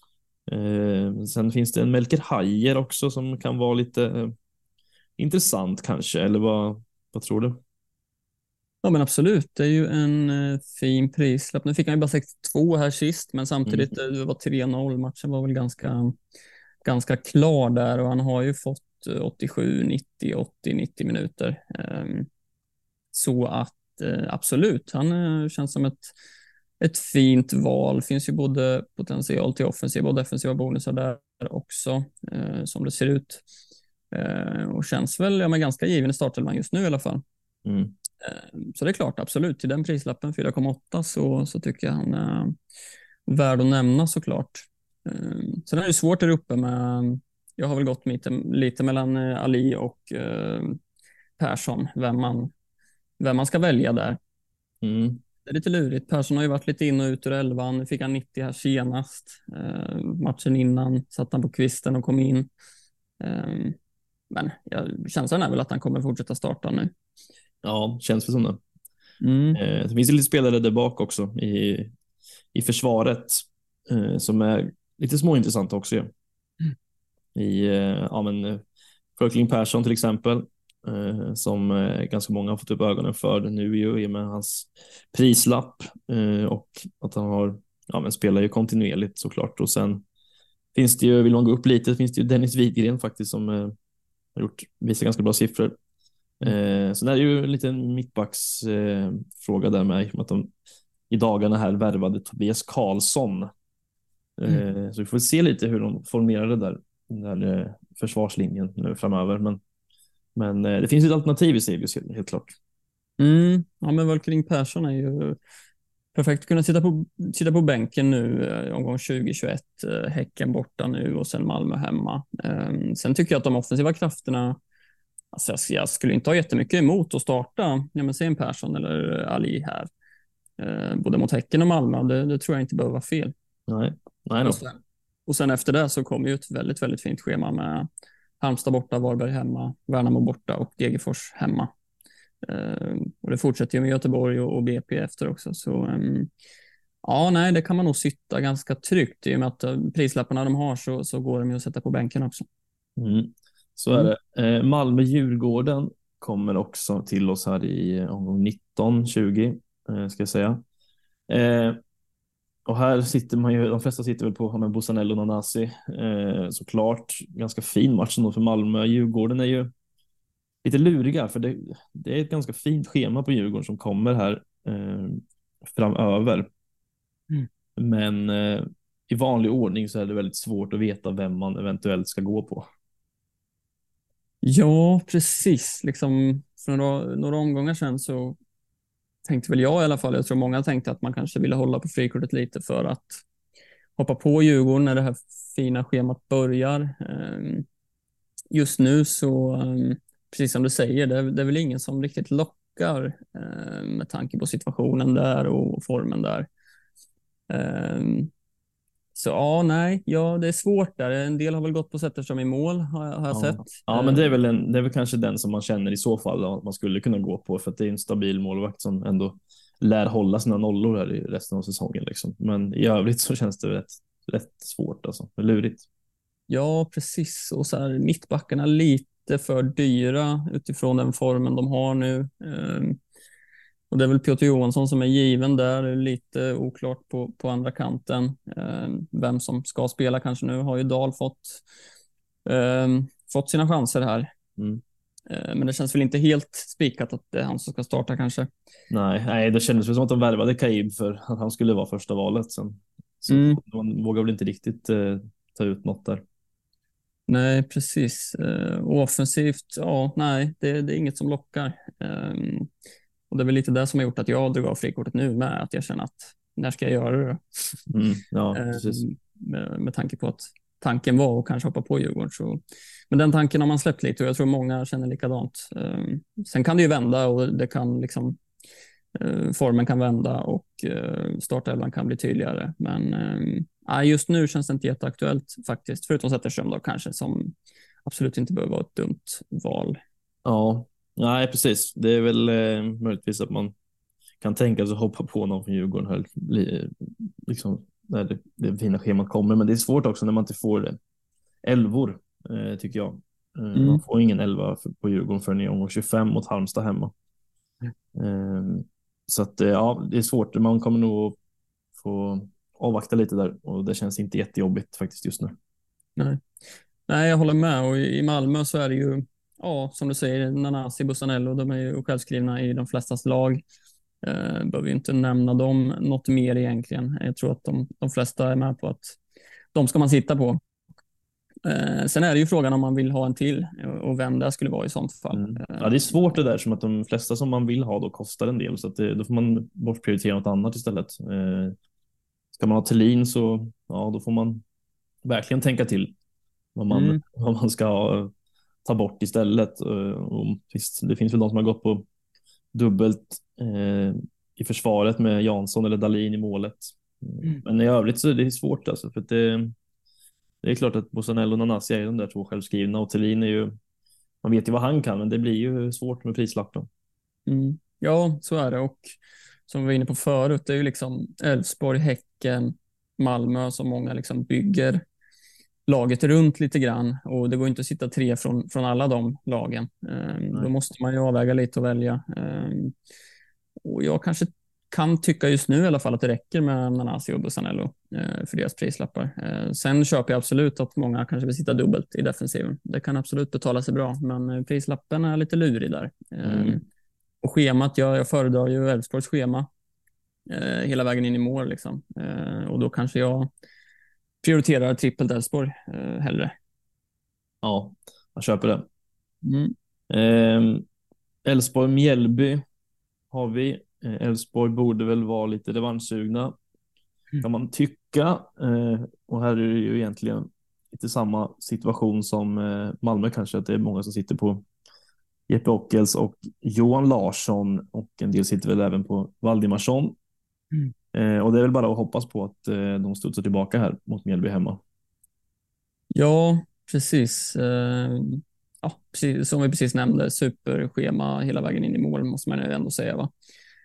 Eh, sen finns det en Melker Hajer också som kan vara lite eh, intressant kanske, eller vad, vad tror du? Ja, men absolut. Det är ju en eh, fin prislapp. Nu fick han ju bara sextiotvå här sist, men samtidigt Mm. eh, det var tre noll. Matchen var väl ganska, ganska klar där och han har ju fått eh, åttiosju, nittio, åttio, nittio minuter. Eh, så att eh, absolut, han eh, känns som ett, ett fint val. Finns ju både potential till offensiva och defensiva bonusar där också, eh, som det ser ut. Eh, och känns väl ja, men ganska given i startelvan just nu i alla fall. Mm. Så det är klart, absolut. Till den prislappen fyra komma åtta så, så tycker jag han är värd att nämna såklart. Sen är det svårt där uppe med, jag har väl gått lite, lite mellan Ali och eh, Persson, vem man, vem man ska välja där. Mm. Det är lite lurigt. Persson har ju varit lite in och ut ur elvan. Nu fick han nittio här senast. Eh, matchen innan satt han på kvisten och kom in. Eh, men ja, känslan är väl att han kommer fortsätta starta nu. Ja, känns det som det. Mm. Eh, det finns lite spelare där bak också i, i försvaret eh, som är lite småintressanta också. Ja. I eh, ja, men, eh, Frökling Persson till exempel, eh, som eh, ganska många har fått upp ögonen för nu ju, i och med hans prislapp eh, och att han har, ja, men spelar ju kontinuerligt såklart. Och sen finns det ju, vill man gå upp lite, finns det ju Dennis Widgren faktiskt som eh, har gjort, visar ganska bra siffror. Eh, så det är ju en liten mittbacksfråga eh, fråga där med att de i dagarna här värvade Tobias Karlsson. Eh, Mm. Så vi får se lite hur de formerar det där, den där eh, försvarslinjen nu framöver. Men, men eh, det finns ett alternativ i Sirius helt, helt klart. Mm. Ja, men Valkring Persson är ju perfekt att kunna sitta på, sitta på bänken nu eh, omgång tjugo tjugoett. Eh, Häcken borta nu och sen Malmö hemma. Eh, sen tycker jag att de offensiva krafterna, alltså jag, jag skulle inte ha jättemycket emot att starta, ja, men se en Persson eller Ali här. Eh, både mot Häcken och Malmö, det, det tror jag inte behöver vara fel. Nej, nej då. Och sen, och sen efter det så kommer ju ett väldigt, väldigt fint schema med Halmstad borta, Varberg hemma, Värnamo borta och Degerfors hemma. Uh, och det fortsätter ju med Göteborg och, och B P efter också. Så um, ja, nej, det kan man nog sitta ganska tryggt i och med att uh, prislapparna de har så, så går de ju att sätta på bänken också. Mm. Så är Mm. det. Eh, Malmö-Djurgården kommer också till oss här i eh, omgång nitton tjugo, eh, ska jag säga. Eh, och här sitter man ju, de flesta sitter väl på med Bosanello och Nanasi. Eh, såklart, ganska fin match ändå för Malmö. Djurgården är ju lite luriga, för det, det är ett ganska fint schema på Djurgården som kommer här eh, framöver. Mm. Men eh, i vanlig ordning så är det väldigt svårt att veta vem man eventuellt ska gå på. Ja, precis. Liksom, för några, några omgångar sedan så tänkte väl jag i alla fall, jag tror många tänkte att man kanske ville hålla på frikortet lite för att hoppa på Djurgården när det här fina schemat börjar. Ehm, Just nu så, ehm, precis som du säger, det är, det är väl ingen som riktigt lockar ehm, med tanke på situationen där och formen där. Ehm, Så ja, nej, ja, det är svårt där. En del har väl gått på Zetterström i mål, har jag, har jag sett. Ja, ja, men det är väl en, det är väl kanske den som man känner i så fall att man skulle kunna gå på, för att det är en stabil målvakt som ändå lär hålla sina nollor här i resten av säsongen liksom. Men i övrigt så känns det rätt, rätt svårt alltså, lurigt. Ja, precis. Och så här, mittbackarna lite för dyra utifrån den formen de har nu. Ehm, Och det är väl Piotr Johansson som är given där. Det är lite oklart på, på andra kanten. Ehm, Vem som ska spela kanske nu. Har ju Dahl fått, ehm, fått sina chanser här. Mm. Ehm, Men det känns väl inte helt spikat att det är han som ska starta kanske. Nej, nej, det kändes väl som att de värvade Kaib för att han skulle vara första valet sen. Så Mm. man vågar väl inte riktigt eh, ta ut något där. Nej, precis. Ehm, Och offensivt, ja, nej, det, det är inget som lockar. Ehm, Och det är väl lite det som har gjort att jag drog av frikortet nu med. Att jag känner att när ska jag göra det? Mm, ja, Ehm, precis. Med, med tanke på att tanken var att kanske hoppa på Djurgården. Så. Men den tanken har man släppt lite och jag tror många känner likadant. Ehm, Sen kan det ju vända och det kan liksom eh, formen kan vända och eh, startelvan kan bli tydligare. Men eh, just nu känns det inte jätteaktuellt faktiskt. Förutom Zetterström då kanske som absolut inte behöver vara ett dumt val. Ja, nej, precis. Det är väl eh, möjligtvis att man kan tänka sig att hoppa på någon från Djurgården här, li- liksom, när det, det fina schemat kommer. Men det är svårt också när man inte får det. Elvor, eh, tycker jag. Eh, Mm. Man får ingen elva för, på Djurgården förrän i omgång tjugofem mot Halmstad hemma. Eh, så att, eh, ja, det är svårt. Man kommer nog få avvakta lite där och det känns inte jättejobbigt faktiskt just nu. Nej. Nej, jag håller med. Och i Malmö så är det ju, ja, som du säger, Nanasi, Bussanello, de är ju självskrivna i de flestas lag. Eh, behöver ju inte nämna dem något mer egentligen. Jag tror att de, de flesta är med på att de ska man sitta på. Eh, sen är det ju frågan om man vill ha en till och vem det skulle vara i sånt fall. Mm. Eh, Ja, det är svårt det där, som att de flesta som man vill ha då kostar en del, så att det, då får man bortprioritera något annat istället. Eh, ska man ha Thelin så ja, då får man verkligen tänka till vad man, mm, vad man ska ha, ta bort istället. Eh, och visst, det finns väl de som har gått på dubbelt eh, i försvaret med Jansson eller Dahlin i målet. Mm. Men i övrigt så är det svårt alltså, för att det, det är klart att Bosanello och Nanasi är de där två självskrivna och Thelin är ju, man vet ju vad han kan, men det blir ju svårt med prislappen. Mm. Ja, så är det. Och som vi var inne på förut, det är ju liksom Elfsborg, Häcken, Malmö som många liksom bygger laget runt lite grann. Och det går inte att sitta tre från, från alla de lagen. Um, då måste man ju avväga lite och välja. Um, och jag kanske kan tycka just nu i alla fall att det räcker med Nanasi och Bosanello uh, för deras prislappar. Uh, sen köper jag absolut att många kanske vill sitta dubbelt i defensiven. Det kan absolut betala sig bra, men uh, prislappen är lite lurig där. Um, Mm. Och schemat, jag, jag föredrar ju Elfsborgs schema eh, hela vägen in i mål. Liksom. Eh, och då kanske jag prioriterar trippelt Elfsborg eh, hellre. Ja, jag köper det. Mm. Ehm, Elfsborg-Mjällby har vi. Eh, Elfsborg borde väl vara lite revanschsugna, kan man tycka. Eh, och här är det ju egentligen lite samma situation som eh, Malmö kanske, att det är många som sitter på Jeppe Ockels och Johan Larsson och en del sitter väl även på Valdimarsson. Mm. Eh, och det är väl bara att hoppas på att eh, de studsar tillbaka här mot Mjällby hemma. Ja, precis. Eh, ja, precis. Som vi precis nämnde, superschema hela vägen in i mål måste man ju ändå säga. Va?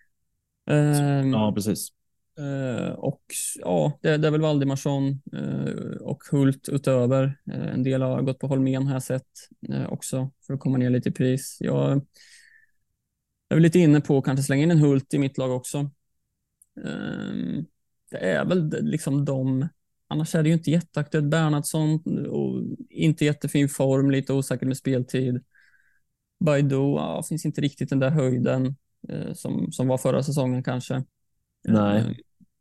Eh, Ja, precis. Eh, och ja, det, det är väl Valdimarsson eh, och Hult utöver. Eh, en del har gått på Holmén har jag sett eh, också för att komma ner lite i pris. Jag är väl lite inne på att kanske slänga in en Hult i mitt lag också. Eh, det är väl det- liksom de, annars är det ju inte jätteaktuellt. Bernhardsson och inte jättefin form, lite osäker med speltid. Baidoo, ja, finns inte riktigt den där höjden eh, som, som var förra säsongen kanske. Nej. Eh,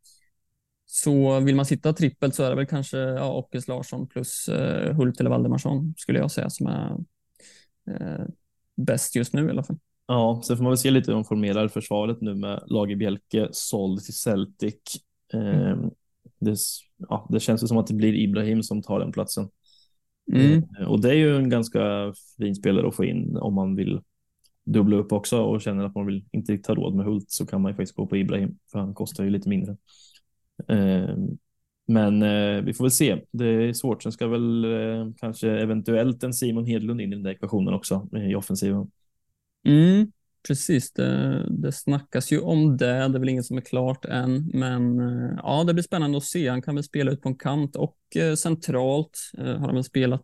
Så vill man sitta trippelt så är det väl kanske ja, Ockels Larsson plus eh, Hult eller Valdemarsson skulle jag säga som är eh, bäst just nu i alla fall. Ja, sen får man väl se lite hur de formerar försvaret nu med Lager Bjelke såld till Celtic. Eh, det, ja, det känns ju som att det blir Ibrahim som tar den platsen. Mm. Eh, och det är ju en ganska fin spelare att få in om man vill dubbla upp också och känner att man vill inte ta råd med Hult, så kan man ju faktiskt gå på Ibrahim, för han kostar ju lite mindre. Eh, men eh, vi får väl se. Det är svårt. Sen ska väl eh, kanske eventuellt en Simon Hedlund in i den där ekvationen också eh, i offensiven. Mm. Precis, det, det snackas ju om det. Det är väl inget som är klart än, men eh, ja, det blir spännande att se. Han kan väl spela ut på en kant och eh, centralt eh, har han väl spelat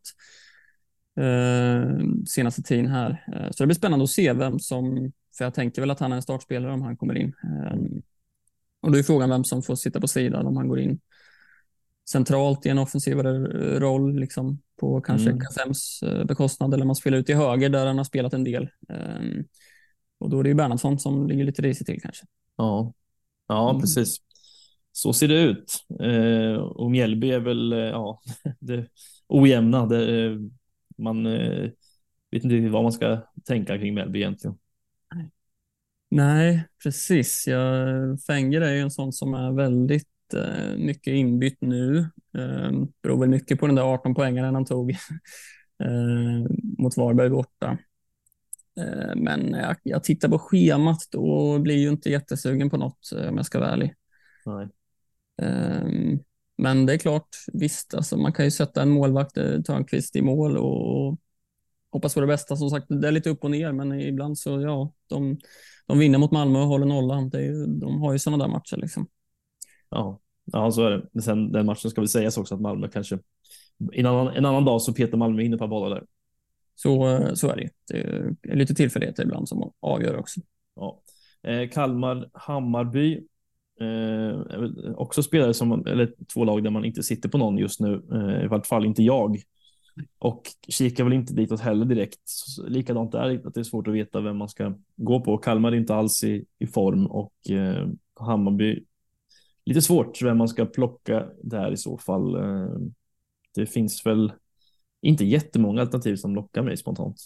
eh, senaste tiden här. Eh, så det blir spännande att se vem som, för jag tänker väl att han är en startspelare om han kommer in. Eh, Och då är frågan vem som får sitta på sidan om han går in centralt i en offensivare roll, liksom på kanske Mm. Kasems bekostnad, eller man spelar ut i höger där han har spelat en del. Um, och då är det ju Bernhardsson som ligger lite risigt till kanske. Ja, ja Mm. precis. Så ser det ut. Eh, och Mjällby är väl eh, ja, det ojämna. Det, eh, man eh, vet inte riktigt vad man ska tänka kring Mjällby egentligen. Nej, precis. Jag, Fenger är ju en sån som är väldigt eh, mycket inbytt nu. Eh, beror väl mycket på den där arton poängaren han tog eh, mot Varberg borta. Eh, men jag, jag tittar på schemat och blir ju inte jättesugen på något eh, om jag ska vara ärlig. Nej. Eh, men det är klart, visst, alltså man kan ju sätta en målvakt, eh, Törnqvist i mål och hoppas på det bästa. Som sagt, det är lite upp och ner, men ibland så, ja, de, de vinner mot Malmö och håller nollan. Det är ju, de har ju sådana där matcher liksom. Ja. Ja, så är det. Men sen den matchen ska vi sägas också att Malmö kanske en annan, en annan dag så petar Malmö in ett par bollar där. Så, så är det ju. Det är lite tillfälligheter ibland som avgör också. Ja. Eh, Kalmar, Hammarby. Eh, också spelare som, eller två lag där man inte sitter på någon just nu. Eh, I vart fall inte jag. Och kikar väl inte ditåt heller direkt. Så, likadant där, att det är svårt att veta vem man ska gå på. Kalmar är inte alls i, i form och eh, Hammarby lite svårt vem man ska plocka där i så fall. Eh, det finns väl inte jättemånga alternativ som lockar mig spontant.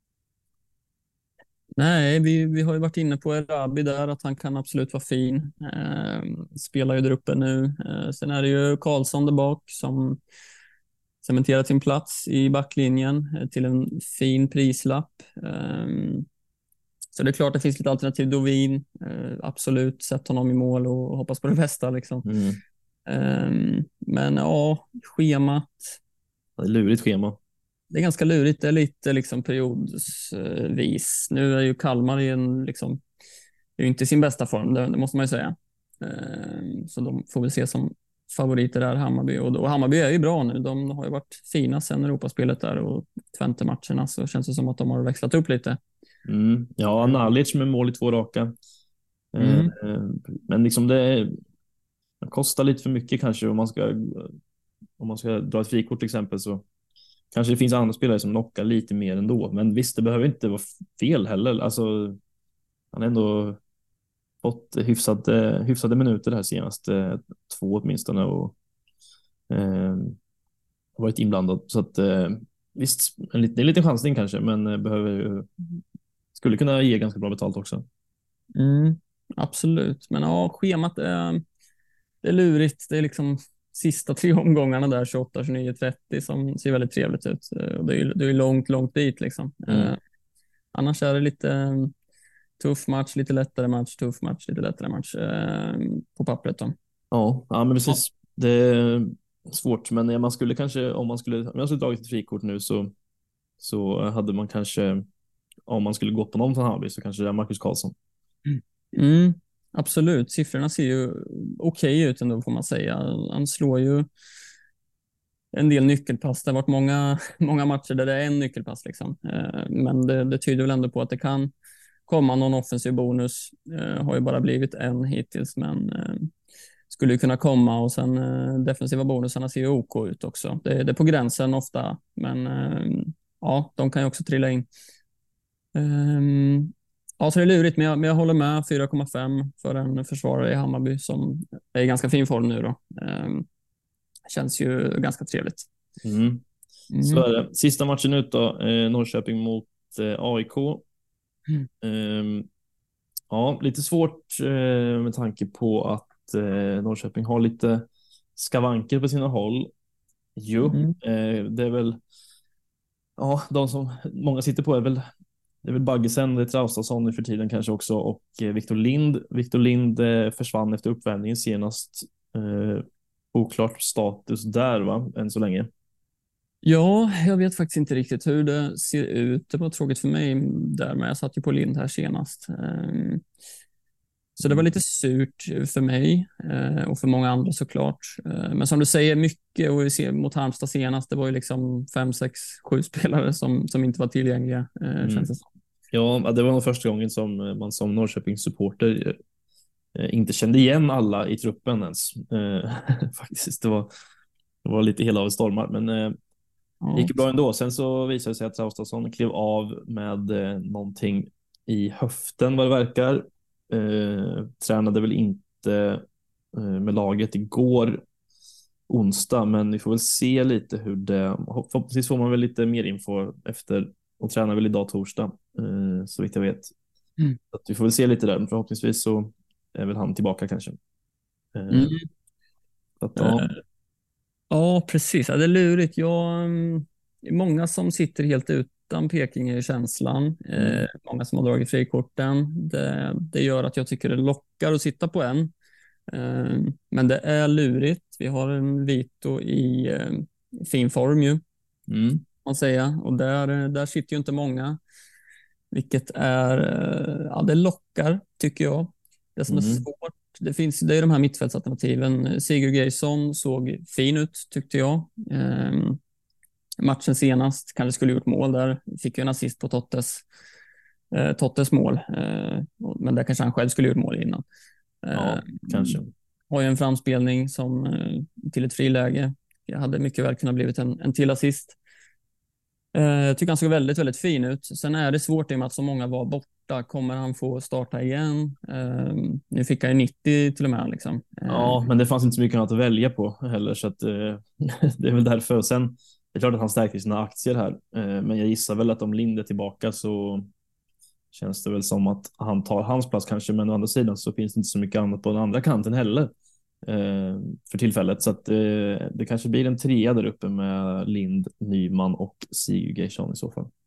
Nej, vi, vi har ju varit inne på Erabi där, att han kan absolut vara fin. Eh, spelar ju där uppe nu. Eh, sen är det ju Karlsson där bak som cementerat sin plats i backlinjen eh, till en fin prislapp. Eh, Så det är klart det finns lite alternativ. Dovin, eh, absolut, sätt honom i mål och hoppas på det bästa. Liksom. Mm. Um, men ja, schemat. Det är lurigt schema. Det är ganska lurigt. Det är lite liksom periodvis. Nu är ju Kalmar i en, liksom, är ju inte i sin bästa form, det, det måste man ju säga. Um, så de får väl se som favoriter där, Hammarby. Och, och Hammarby är ju bra nu. De har ju varit fina sen Europaspelet där och Twente-matcherna, så känns det som att de har växlat upp lite. Mm. Ja, Nalic med mål i två raka. Mm. Eh, men liksom det, det kostar lite för mycket kanske om man ska om man ska dra ett frikort till exempel, så kanske det finns andra spelare som lockar lite mer ändå. Men visst, det behöver inte vara fel heller. Alltså, han har ändå fått hyfsade, hyfsade minuter här senaste två åtminstone och eh, varit inblandad. Så att eh, visst, en liten, en liten chansning kanske, men eh, behöver, skulle kunna ge ganska bra betalt också. Mm. Absolut, men ja, schemat är, det är lurigt. Det är liksom sista tre omgångarna där, tjugoåtta, tjugonio, trettio, som ser väldigt trevligt ut. Och det är, det är långt, långt dit liksom. Mm. Eh, annars är det lite tuff match, lite lättare match, tuff match, lite lättare match eh, på pappret då. Ja, ja, men precis. Det är svårt, men man skulle kanske, om man skulle, om jag skulle dragit ett frikort nu så, så hade man kanske, om man skulle gått på någon från Hammarby så kanske det är Marcus Karlsson. Mm, absolut, siffrorna ser ju okej ut ändå får man säga. Han slår ju en del nyckelpass. Det har varit många, många matcher där det är en nyckelpass. Liksom. Eh, men det, det tyder väl ändå på att det kan komma någon offensiv bonus. Eh, har ju bara blivit en hittills, men eh, skulle ju kunna komma. Och sen eh, defensiva bonusarna ser ju OK ut också. Det, det är på gränsen ofta, men eh, ja, de kan ju också trilla in. Um, ja, så det är lurigt, men jag, men jag håller med. fyra komma fem för en försvarare i Hammarby som är i ganska fin form nu då. Um, känns ju ganska trevligt. Mm. Mm. Så är det. Sista matchen ut då, eh, Norrköping mot eh, A I K. Mm. Eh, ja, lite svårt eh, med tanke på att eh, Norrköping har lite skavanker på sina håll. Jo, Mm. eh, det är väl, ja, de som många sitter på är väl, det är väl Baggesen, det är Traustason nu för tiden kanske också, och eh, Victor Lind. Victor Lind eh, försvann efter uppvärmningen senast. Eh, oklart status där, va, än så länge. Ja, jag vet faktiskt inte riktigt hur det ser ut. Det var tråkigt för mig där, men jag satt ju på Lind här senast. Um, så det var lite surt för mig uh, och för många andra såklart. Uh, men som du säger, mycket, och vi ser mot Halmstad senast, det var ju liksom fem, sex, sju spelare som, som inte var tillgängliga. Uh, Mm. känns det som. Ja, det var nog första gången som man som Norrköpings supporter eh, inte kände igen alla i truppen ens. Eh, faktiskt, det var, det var lite hela av stormar, men eh, Ja. det gick bra ändå. Sen så visade det sig att Traustason klev av med eh, någonting i höften vad det verkar. Eh, tränade väl inte eh, med laget igår onsdag, men vi får väl se lite hur det, förhoppningsvis får man väl lite mer info efter, och tränar väl idag torsdag eh, så vitt jag vet. Mm. Så att vi får väl se lite där, men förhoppningsvis så är väl han tillbaka kanske. Eh, Mm. så att, ja. Uh, ja, precis. Ja, det är lurigt. Jag, um, det är många som sitter helt utan Peking i känslan. Mm. Eh, många som har dragit frikorten. Det, det gör att jag tycker det lockar att sitta på en. Eh, men det är lurigt. Vi har en Vito i eh, fin form ju, Mm. man säga. Och där, där sitter ju inte många. Vilket är, eh, ja, det lockar tycker jag. Det som Mm. är svårt, det finns, det är de här mittfältsalternativen. Sigurd Geirsson såg fin ut tyckte jag. Eh, matchen senast kanske skulle gjort mål där. Fick ju en assist på Tottes, eh, Tottes mål. Eh, men där kanske han själv skulle gjort mål innan. Ja, Eh, kanske. Har ju en framspelning som, eh, till ett friläge. Jag hade mycket väl kunnat blivit en, en till assist. Eh, jag tycker han såg väldigt, väldigt fin ut. Sen är det svårt i och med att så många var borta. Kommer han få starta igen? Eh, nu fick han ju nittio till och med. Liksom. Eh, Ja, men det fanns inte så mycket annat att välja på heller, så att, eh, det är väl därför. Och sen, det är klart att han stärkte sina aktier här, eh, men jag gissar väl att om Lind är tillbaka så känns det väl som att han tar hans plats kanske, men å andra sidan så finns det inte så mycket annat på den andra kanten heller eh, för tillfället. Så att eh, det kanske blir en trea där uppe med Lind, Nyman och Sigurd Geirsson i så fall.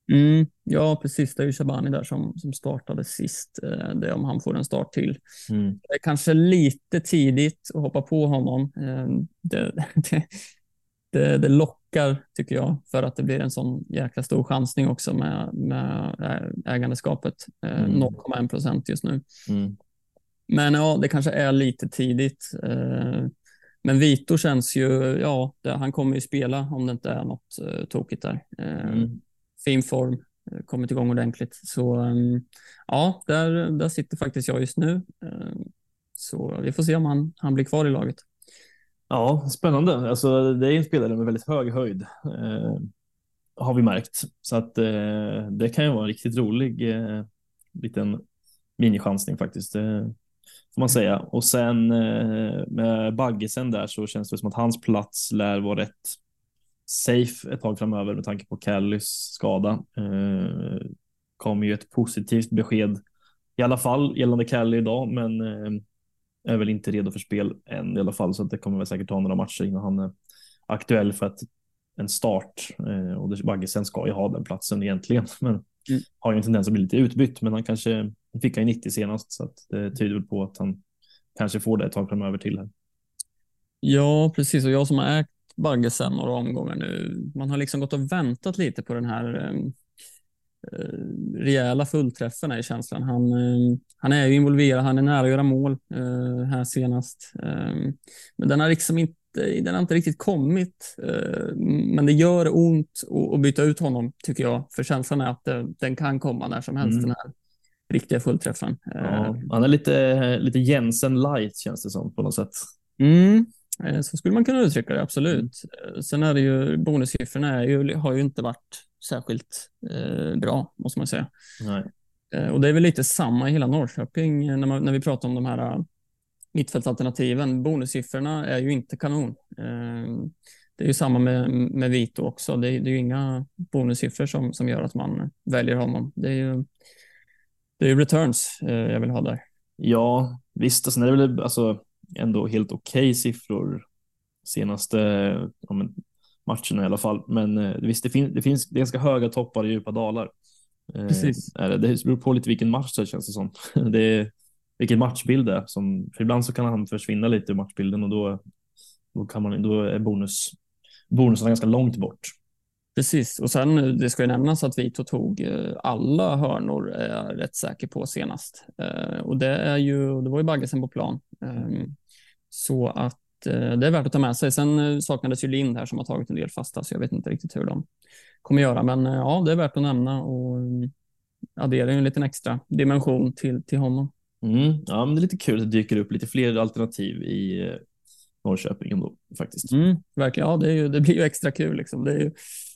Mm, ja, precis. Det är ju Shabani där som, som startade sist. Eh, Det är om han får en start till. Mm. Det är kanske lite tidigt att hoppa på honom. Eh, Det, det, det, det lockar, tycker jag, för att det blir en sån jäkla stor chansning också med, med ägandeskapet. Eh, Mm. noll komma en procent just nu. Mm. Men ja, det kanske är lite tidigt. Eh, Men Vito känns ju, ja, det, han kommer ju spela om det inte är något eh, tokigt där. Eh, Mm. fin form, eh, kommit igång ordentligt. Så ehm, ja, där, där sitter faktiskt jag just nu. Eh, Så vi får se om han, han blir kvar i laget. Ja, spännande. Alltså, det är en spelare med väldigt hög höjd, eh, har vi märkt. Så att eh, det kan ju vara en riktigt rolig eh, liten minichansning faktiskt. Eh, får man säga. Och sen eh, med Baggesen där så känns det som att hans plats lär vara rätt safe ett tag framöver med tanke på Callys skada. Eh, kom ju ett positivt besked i alla fall gällande Cally idag, men eh, är väl inte redo för spel än i alla fall, så att det kommer väl säkert ta några matcher innan han är aktuell för att en start. Eh, och Baggesen ska ju ha den platsen egentligen, men Mm. har ju en tendens att bli lite utbytt, men han kanske fick han i nittio senast, så att det tyder väl på att han kanske får det ett tag framöver till här. Ja, precis. Och jag som har ägt Bagge sen några omgångar nu, man har liksom gått och väntat lite på den här ehm, eh, rejäla fullträffarna i känslan. Han, eh, han är ju involverad, han är nära att göra mål eh, här senast. Eh, men den har liksom inte, den har inte riktigt kommit. Eh, men det gör ont att, att byta ut honom, tycker jag. För känslan är att det, den kan komma när som helst, den Mm. här riktiga fullträffen. Eh, Ja, han är lite, lite Jensen light känns det som på något sätt. mm. Eh, Så skulle man kunna uttrycka det, Mm. absolut. Eh, Sen är det ju, bonussiffrorna är ju, har ju inte varit särskilt eh, bra, måste man säga. Nej. Eh, Och det är väl lite samma i hela Norrköping eh, när, man, när vi pratar om de här eh, mittfältsalternativen. Bonussiffrorna är ju inte kanon. Eh, Det är ju samma med, med Vito också. Det är, det är ju inga bonussiffror som, som gör att man väljer honom. Det är ju, det är ju returns eh, jag vill ha där. Ja, visst. Alltså, det är väl alltså ändå helt okej siffror senaste ja, men, matcherna i alla fall. Men eh, visst, det, fin det finns det är ganska höga toppar och djupa dalar. Eh, Precis. är det, det beror på lite vilken match det känns det som. Det är, vilken matchbild det är. Som, för ibland så kan han försvinna lite ur matchbilden och då, då, kan man, då är bonus, bonusen ganska långt bort. Precis, och sen eh, det ska ju nämnas att Vito tog eh, alla hörnor, är jag rätt säker på senast. Eh, Och det är ju, det var ju Baggesen på plan. Eh, Så att eh, det är värt att ta med sig. Sen eh, saknades ju Lind här som har tagit en del fasta, så jag vet inte riktigt hur de kommer göra. Men eh, ja, det är värt att nämna och eh, addera ju en liten extra dimension till, till honom. Mm. Ja, men det är lite kul att det dyker upp lite fler alternativ i eh, Norrköping ändå faktiskt. Mm, verkligen, ja, det, är ju, det blir ju extra kul. Liksom. Det är ju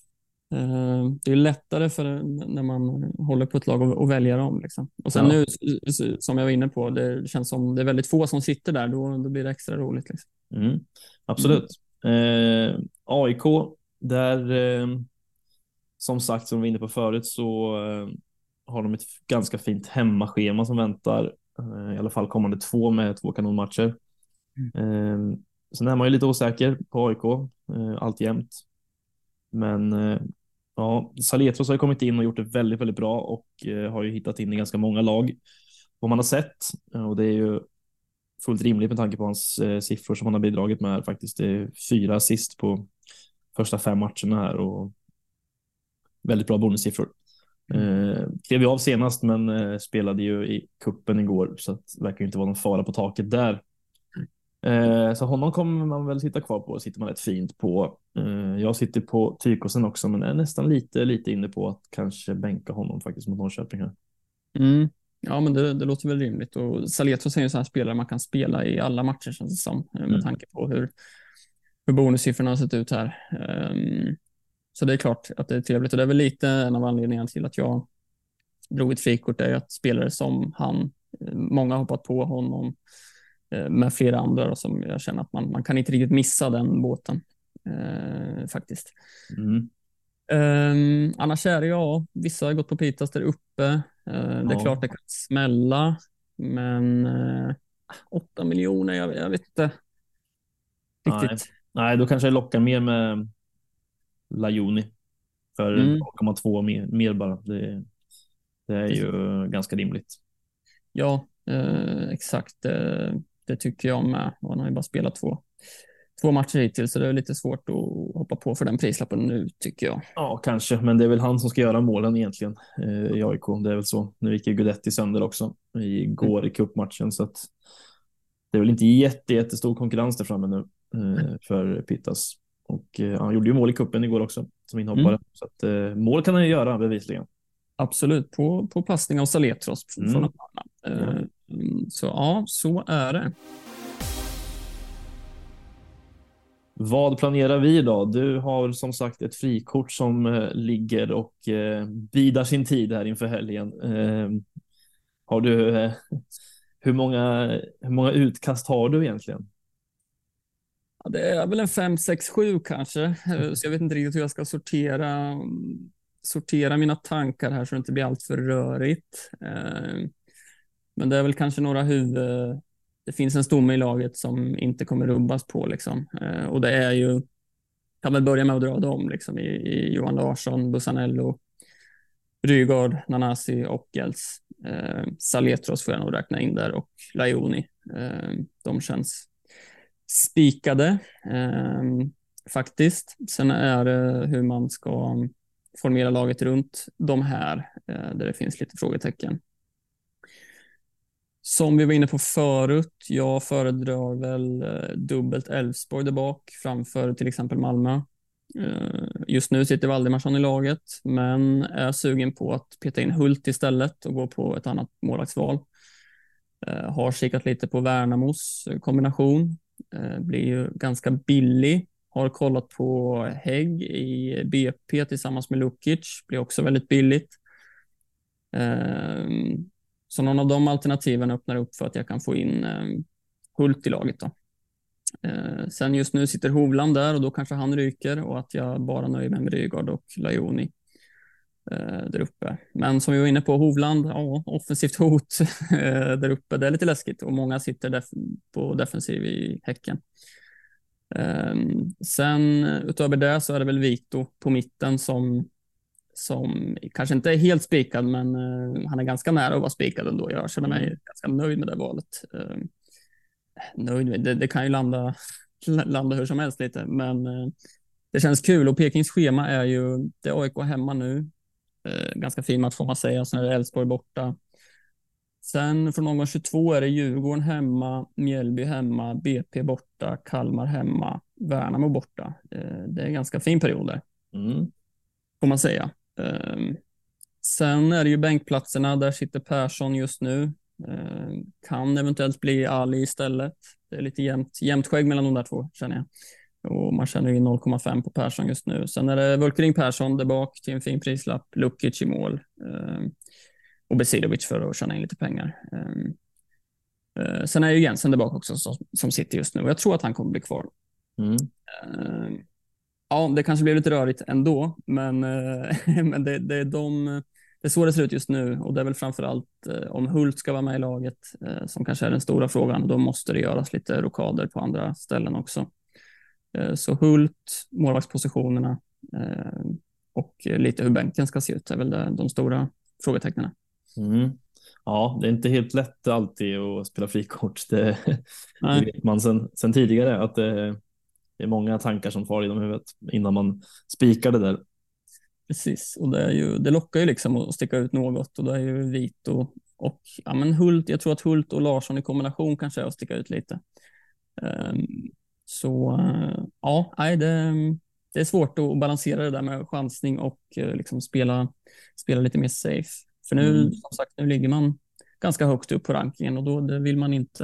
Eh, Det är lättare för när man håller på ett lag och, och välja dem. Liksom. Och sen Ja. nu, s- s- som jag var inne på, det känns som det är väldigt få som sitter där. Då, då blir det extra roligt. Liksom. Mm. Mm. Absolut. Eh, A I K, där eh, som sagt, som vi var inne på förut, så eh, har de ett ganska fint hemmaschema som väntar. Eh, I alla fall kommande två med två kanonmatcher. Eh, sen är man ju lite osäker på A I K, eh, alltjämt. Men eh, ja, Saletros har ju kommit in och gjort det väldigt, väldigt bra och eh, har ju hittat in i ganska många lag. Vad man har sett, eh, och det är ju fullt rimligt med tanke på hans eh, siffror som han har bidragit med här faktiskt. Det är fyra assist på första fem matcherna här och väldigt bra bonussiffror. Eh, klev ju av senast men eh, spelade ju i kuppen igår så att det verkar ju inte vara någon fara på taket där. Eh, så honom kommer man väl sitta kvar på och sitter man rätt fint på. Eh, jag sitter på Tykosen också men är nästan lite, lite inne på att kanske bänka honom faktiskt mot Norrköping här. Mm. Ja, men det, det låter väl rimligt. Och Saletros är ju en sån här spelare man kan spela i alla matcher känns det som, eh, med Mm. tanke på hur, hur bonussiffrorna har sett ut här. Um, så det är klart att det är trevligt. Och det är väl lite en av anledningarna till att jag drog ett frikort, är att spelare som han, eh, många har hoppat på honom eh, med flera andra och som jag känner att man, man kan inte riktigt missa den båten eh, faktiskt. Mm. Um, annars är det, ja, vissa har gått på Pitas där uppe. Uh, det är Ja. klart det kan smälla, men uh, åtta miljoner, jag, jag vet inte Nej. riktigt. Nej, då kanske jag lockar mer med Lajoni för Mm. noll komma två mer, mer bara. Det, det är ju ganska rimligt. Ja, eh, exakt. Eh, det tycker jag med. Och han har ju bara spelat två, två matcher hittills, så det är lite svårt att hoppa på för den prislappen nu, tycker jag. Ja, kanske, men det är väl han som ska göra målen egentligen eh, i A I K. Det är väl så. Nu gick ju Guidetti sönder också igår i cupmatchen, så att det är väl inte jätte, jättestor konkurrens där framme nu eh, för Pittas. Och eh, han gjorde ju mål i kuppen igår också som inhoppare. Mm. Så att eh, mål kan han ju göra bevisligen. Absolut, på, på passning av Saletros Mm. från en annan. Eh, Så ja, så är det. Vad planerar vi då? Du har som sagt ett frikort som eh, ligger och eh, bidar sin tid här inför helgen. Eh, har du, eh, hur, många, hur många utkast har du egentligen? Ja, det är väl en fem, sex, sju kanske. Eh, Så jag vet inte riktigt hur jag ska sortera, sortera mina tankar här så det inte blir allt för rörigt. Eh, Men det är väl kanske några huvud... Det finns en stomme i laget som inte kommer rubbas på. Liksom. Eh, Och det är ju... Kan väl börja med att dra dem liksom, i, i Johan Larsson, Bussanello, Rygaard, Nanasi och Gels. Eh, Saletros får jag nog räkna in där och Laioni. Eh, de känns spikade eh, faktiskt. Sen är det hur man ska formera laget runt de här eh, där det finns lite frågetecken. Som vi var inne på förut, jag föredrar väl eh, dubbelt Elfsborg där bak framför till exempel Malmö. Eh, just nu sitter Valdimarsson i laget, men är sugen på att peta in Hult istället och gå på ett annat målvaktsval. Eh, har kikat lite på Värnamos kombination. Eh, blir ju ganska billig. Har kollat på Hägg i B P tillsammans med Lukic. Blir också väldigt billigt. Eh, Så någon av de alternativen öppnar upp för att jag kan få in eh, Hult i laget. Då. Eh, sen just nu sitter Hovland där och då kanske han ryker och att jag bara nöjer mig med Rygaard och Laioni eh, där uppe. Men som vi var inne på, Hovland, ja, offensivt hot eh, där uppe. Det är lite läskigt och många sitter def på defensiv i Häcken. Eh, sen utöver det så är det väl Vito på mitten som som kanske inte är helt spikad, men uh, han är ganska nära att vara spikad ändå. Jag känner mig mm. ganska nöjd med det valet. Uh, nöjd med, det, det kan ju landa, landa hur som helst lite, men uh, det känns kul. Och Pekings schema är ju, det är A I K hemma nu. Uh, ganska fin match får man säga. Sen är det Elfsborg borta. Sen från omgång tjugotvå är det Djurgården hemma, Mjällby hemma, B P borta, Kalmar hemma, Värnamo borta. Uh, det är en ganska fin period där. Mm. Får man säga. Um, sen är det ju bänkplatserna. Där sitter Persson just nu. Um, kan eventuellt bli Ali istället. Det är lite jämnt, jämnt skägg mellan de där två, känner jag. Och man känner ju noll komma fem på Persson just nu. Sen är det Volkering Persson där bak till en fin prislapp. Lukic i mål. Um, och Besidovic för att tjäna in lite pengar. Um, uh, sen är det ju Jensen där bak också som, som sitter just nu. Och jag tror att han kommer bli kvar. Mm. Um, Ja, det kanske blir lite rörigt ändå, men, men det, det, är de, det är så det ser ut just nu och det är väl framförallt om Hult ska vara med i laget som kanske är den stora frågan. Då måste det göras lite rokader på andra ställen också. Så Hult, målvaktspositionerna och lite hur bänken ska se ut är väl det, de stora frågetecknen. Mm. Ja, det är inte helt lätt alltid att spela frikort. Det, det vet man sen, sen tidigare att det Det är många tankar som far genom huvudet innan man spikar det där. Precis, och det, är ju, det lockar ju liksom att sticka ut något och det är ju Vito och ja, men Hult. Jag tror att Hult och Larsson i kombination kanske är att sticka ut lite. Um, så uh, ja, nej, det, det är svårt att balansera det där med chansning och uh, liksom spela, spela lite mer safe. För nu, mm. som sagt, nu ligger man ganska högt upp på rankingen och då det vill man inte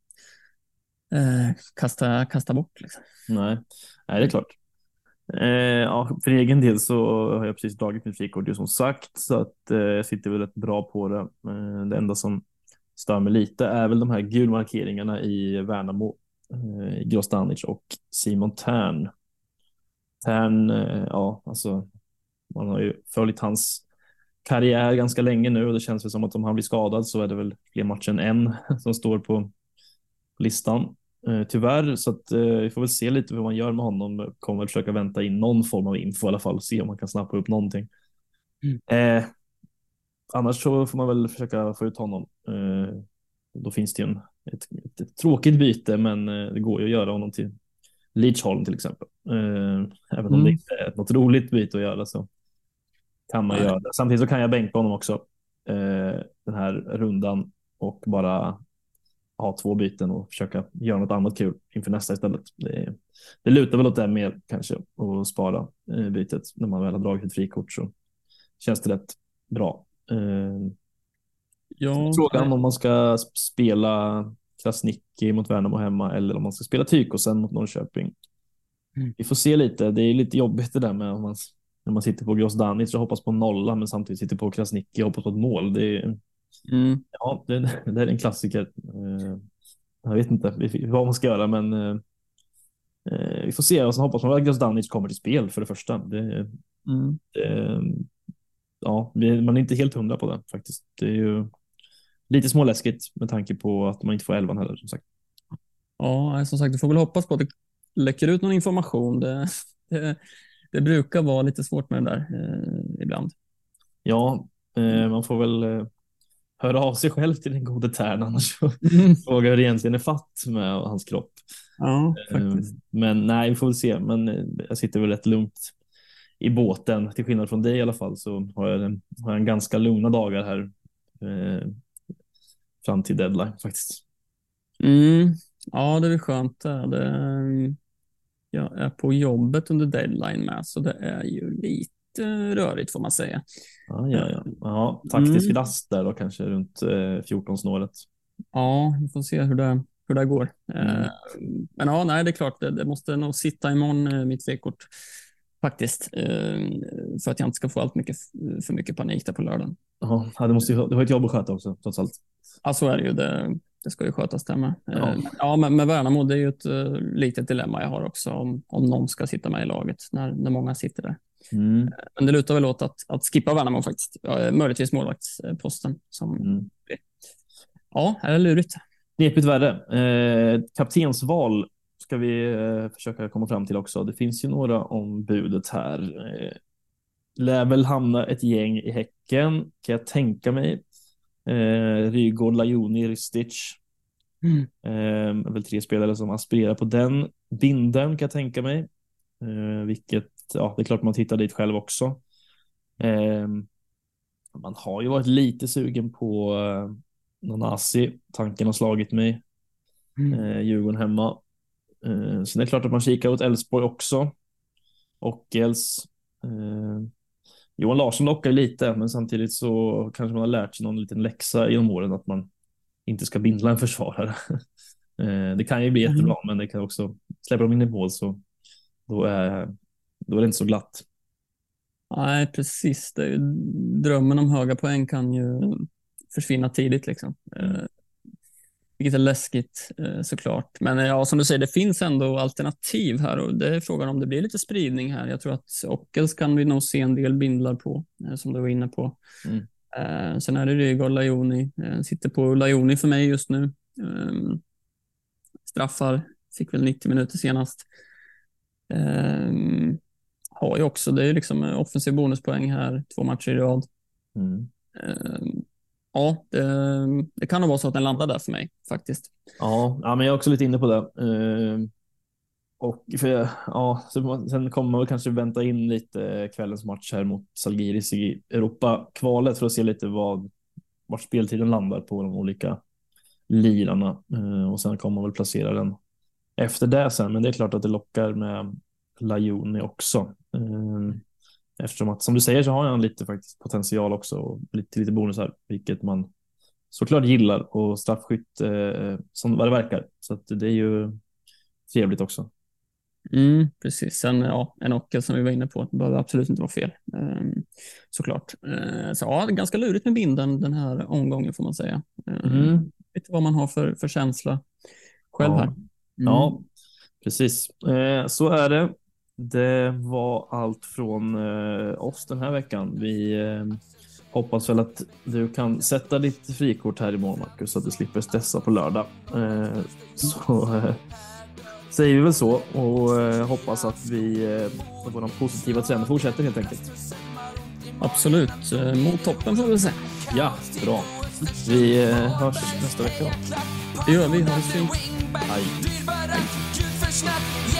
uh, kasta, kasta bort. Liksom. Nej. Nej, det är klart. Eh, ja, för egen del så har jag precis dragit mitt frikort som sagt, så att eh, jag sitter väl rätt bra på det. Eh, det enda som stör mig lite är väl de här gulmarkeringarna i Värnamo, eh, Grostanic och Simon Tern. Tern, eh, ja, alltså man har ju följt hans karriär ganska länge nu och det känns väl som att om han blir skadad så är det väl fler matcher än en som står på listan. eh, tyvärr. Så att, eh, vi får väl se lite hur man gör med honom. Kommer väl försöka vänta in någon form av info i alla fall. Se om man kan snappa upp någonting. Mm. Eh, annars så får man väl försöka få ut honom. Eh, då finns det ju en, ett, ett, ett tråkigt byte, men eh, det går ju att göra honom till Lidsholm till exempel. Eh, även om det Mm. inte är något roligt byte att göra så kan man Nej. göra det. Samtidigt så kan jag bänka honom också eh, den här rundan och bara ha två byten och försöka göra något annat kul inför nästa istället. Det, det lutar väl åt det mer kanske att spara eh, bytet när man väl har dragit ett frikort, så känns det rätt bra. Eh, Ja, frågan nej. om man ska spela Krasniqi mot Värnamo hemma eller om man ska spela Tykosen mot Norrköping. Mm. Vi får se lite. Det är lite jobbigt det där med om man, när man sitter på Grozdanic och hoppas på nolla men samtidigt sitter på Krasniqi och hoppas på ett mål. Det är, Mm. ja, det, det är en klassiker. Eh, jag vet inte vad man ska göra, men eh, vi får se. Och sen hoppas man att Grozdanic kommer till spel för det första. Det, Mm. det, ja, man är inte helt hundra på det faktiskt. Det är ju lite småläskigt med tanke på att man inte får elvan heller, som sagt. Ja, som sagt, du får väl hoppas på att det läcker ut någon information. Det, det, det brukar vara lite svårt med det där eh, ibland. Ja, eh, man får väl eh, höra av sig själv till den gode Tern, annars Mm. fråga hur det egentligen är fatt med hans kropp. Ja, Eh, faktiskt. men nej, vi får väl se. Men eh, jag sitter väl rätt lugnt i båten, till skillnad från dig i alla fall, så har jag en, har jag en ganska lugna dagar här eh, fram till deadline faktiskt. Mm. Ja, det är skönt. Det. Det, jag är på jobbet under deadline med, så det är ju lite rörigt får man säga. Ja, ja, ja. Ja, taktisk Mm. rast där då kanske runt eh, fjorton-snåret. Ja, vi får se hur det, hur det går. Mm. Eh, Men ja, nej, det är klart, det, det måste nog sitta imorgon, eh, mitt frikort. Faktiskt. Eh, För att jag inte ska få allt mycket, för mycket panik där på lördagen. Ja, det måste ju, du har ett jobb att sköta också, trots allt. Ja, så är det ju. Det, det ska ju skötas där med. Ja. Eh, Ja, men med Värnamo, det är ju ett uh, litet dilemma jag har också om, om någon ska sitta med i laget när, när många sitter där. Mm. Men det lutar väl åt att, att skippa Värnamo faktiskt. Ja, möjligtvis målvaktsposten. Som, Mm. Ja, här är lurigt. Knepigt värre. Eh, kaptensval ska vi eh, försöka komma fram till också. Det finns ju några om budet här. Eh, lär väl hamna ett gäng i Häcken, kan jag tänka mig. Eh, Rygaard, Lajoni, Ristic. Mm. Eh, väl tre spelare som aspirerar på den binden, kan jag tänka mig. Eh, vilket, ja, det är klart man tittar dit själv också. Eh, man har ju varit lite sugen på eh, Nanasi. Tanken har slagit mig. Mm. Eh, Djurgården hemma. Eh, sen är det klart att man kikar åt Elfsborg också. Och Els. Eh, Johan Larsson lockar lite, men samtidigt så kanske man har lärt sig någon liten läxa genom åren att man inte ska bindla en försvarare. eh, det kan ju bli jättebra, men det kan också släppa dem in i mål, så då är, då är det inte så glatt. Nej, precis. Det är ju, drömmen om höga poäng kan ju försvinna tidigt. Liksom. Mm. Eh, vilket är läskigt eh, såklart. Men eh, ja, som du säger, det finns ändå alternativ här och det är frågan om det blir lite spridning här. Jag tror att Ockels kan vi nog se en del bindlar på, eh, som du var inne på. Mm. Eh, sen är det Rygaard, Lajoni. Eh, sitter på Lajoni för mig just nu. Eh, straffar, fick väl nittio minuter senast. Eh, har ju också, det är liksom offensiv bonuspoäng här, två matcher i rad. Mm. Eh, ja, det, det kan nog vara så att den landar där för mig faktiskt. Ja, ja, men jag är också lite inne på det. Eh, och för, ja, så sen kommer man väl kanske vänta in lite kvällens match här mot Zalgiris i Europa-kvalet för att se lite vad, vart speltiden landar på de olika lirarna. Eh, och sen kommer man väl placera den efter det sen. Men det är klart att det lockar med Lajoni också. Eh, eftersom att, som du säger, så har han lite faktiskt potential också och lite, lite bonusar, vilket man såklart gillar, och straffskytt eh, som vad det verkar. Så att det är ju trevligt också. Mm, precis. Sen ja, en Ockel som vi var inne på, det behöver absolut inte vara fel. Um, såklart. Uh, så ja, det är ganska lurigt med binden den här omgången får man säga. Uh, Mm. vet inte vad man har för, för känsla själv Ja. här. Mm. Ja, precis. Eh, så är det. Det var allt från eh, oss den här veckan. Vi eh, hoppas väl att du kan sätta ditt frikort här imorgon, Marcus, så att du slipper stressa på lördag. Eh, så eh, säger vi väl så och eh, hoppas att vi eh, vår positiva trend fortsätter helt enkelt. Absolut. Eh, mot toppen får vi säga. Ja, bra. Vi eh, hörs nästa vecka då. Det gör vi. Ha det fint. Hej. Hej.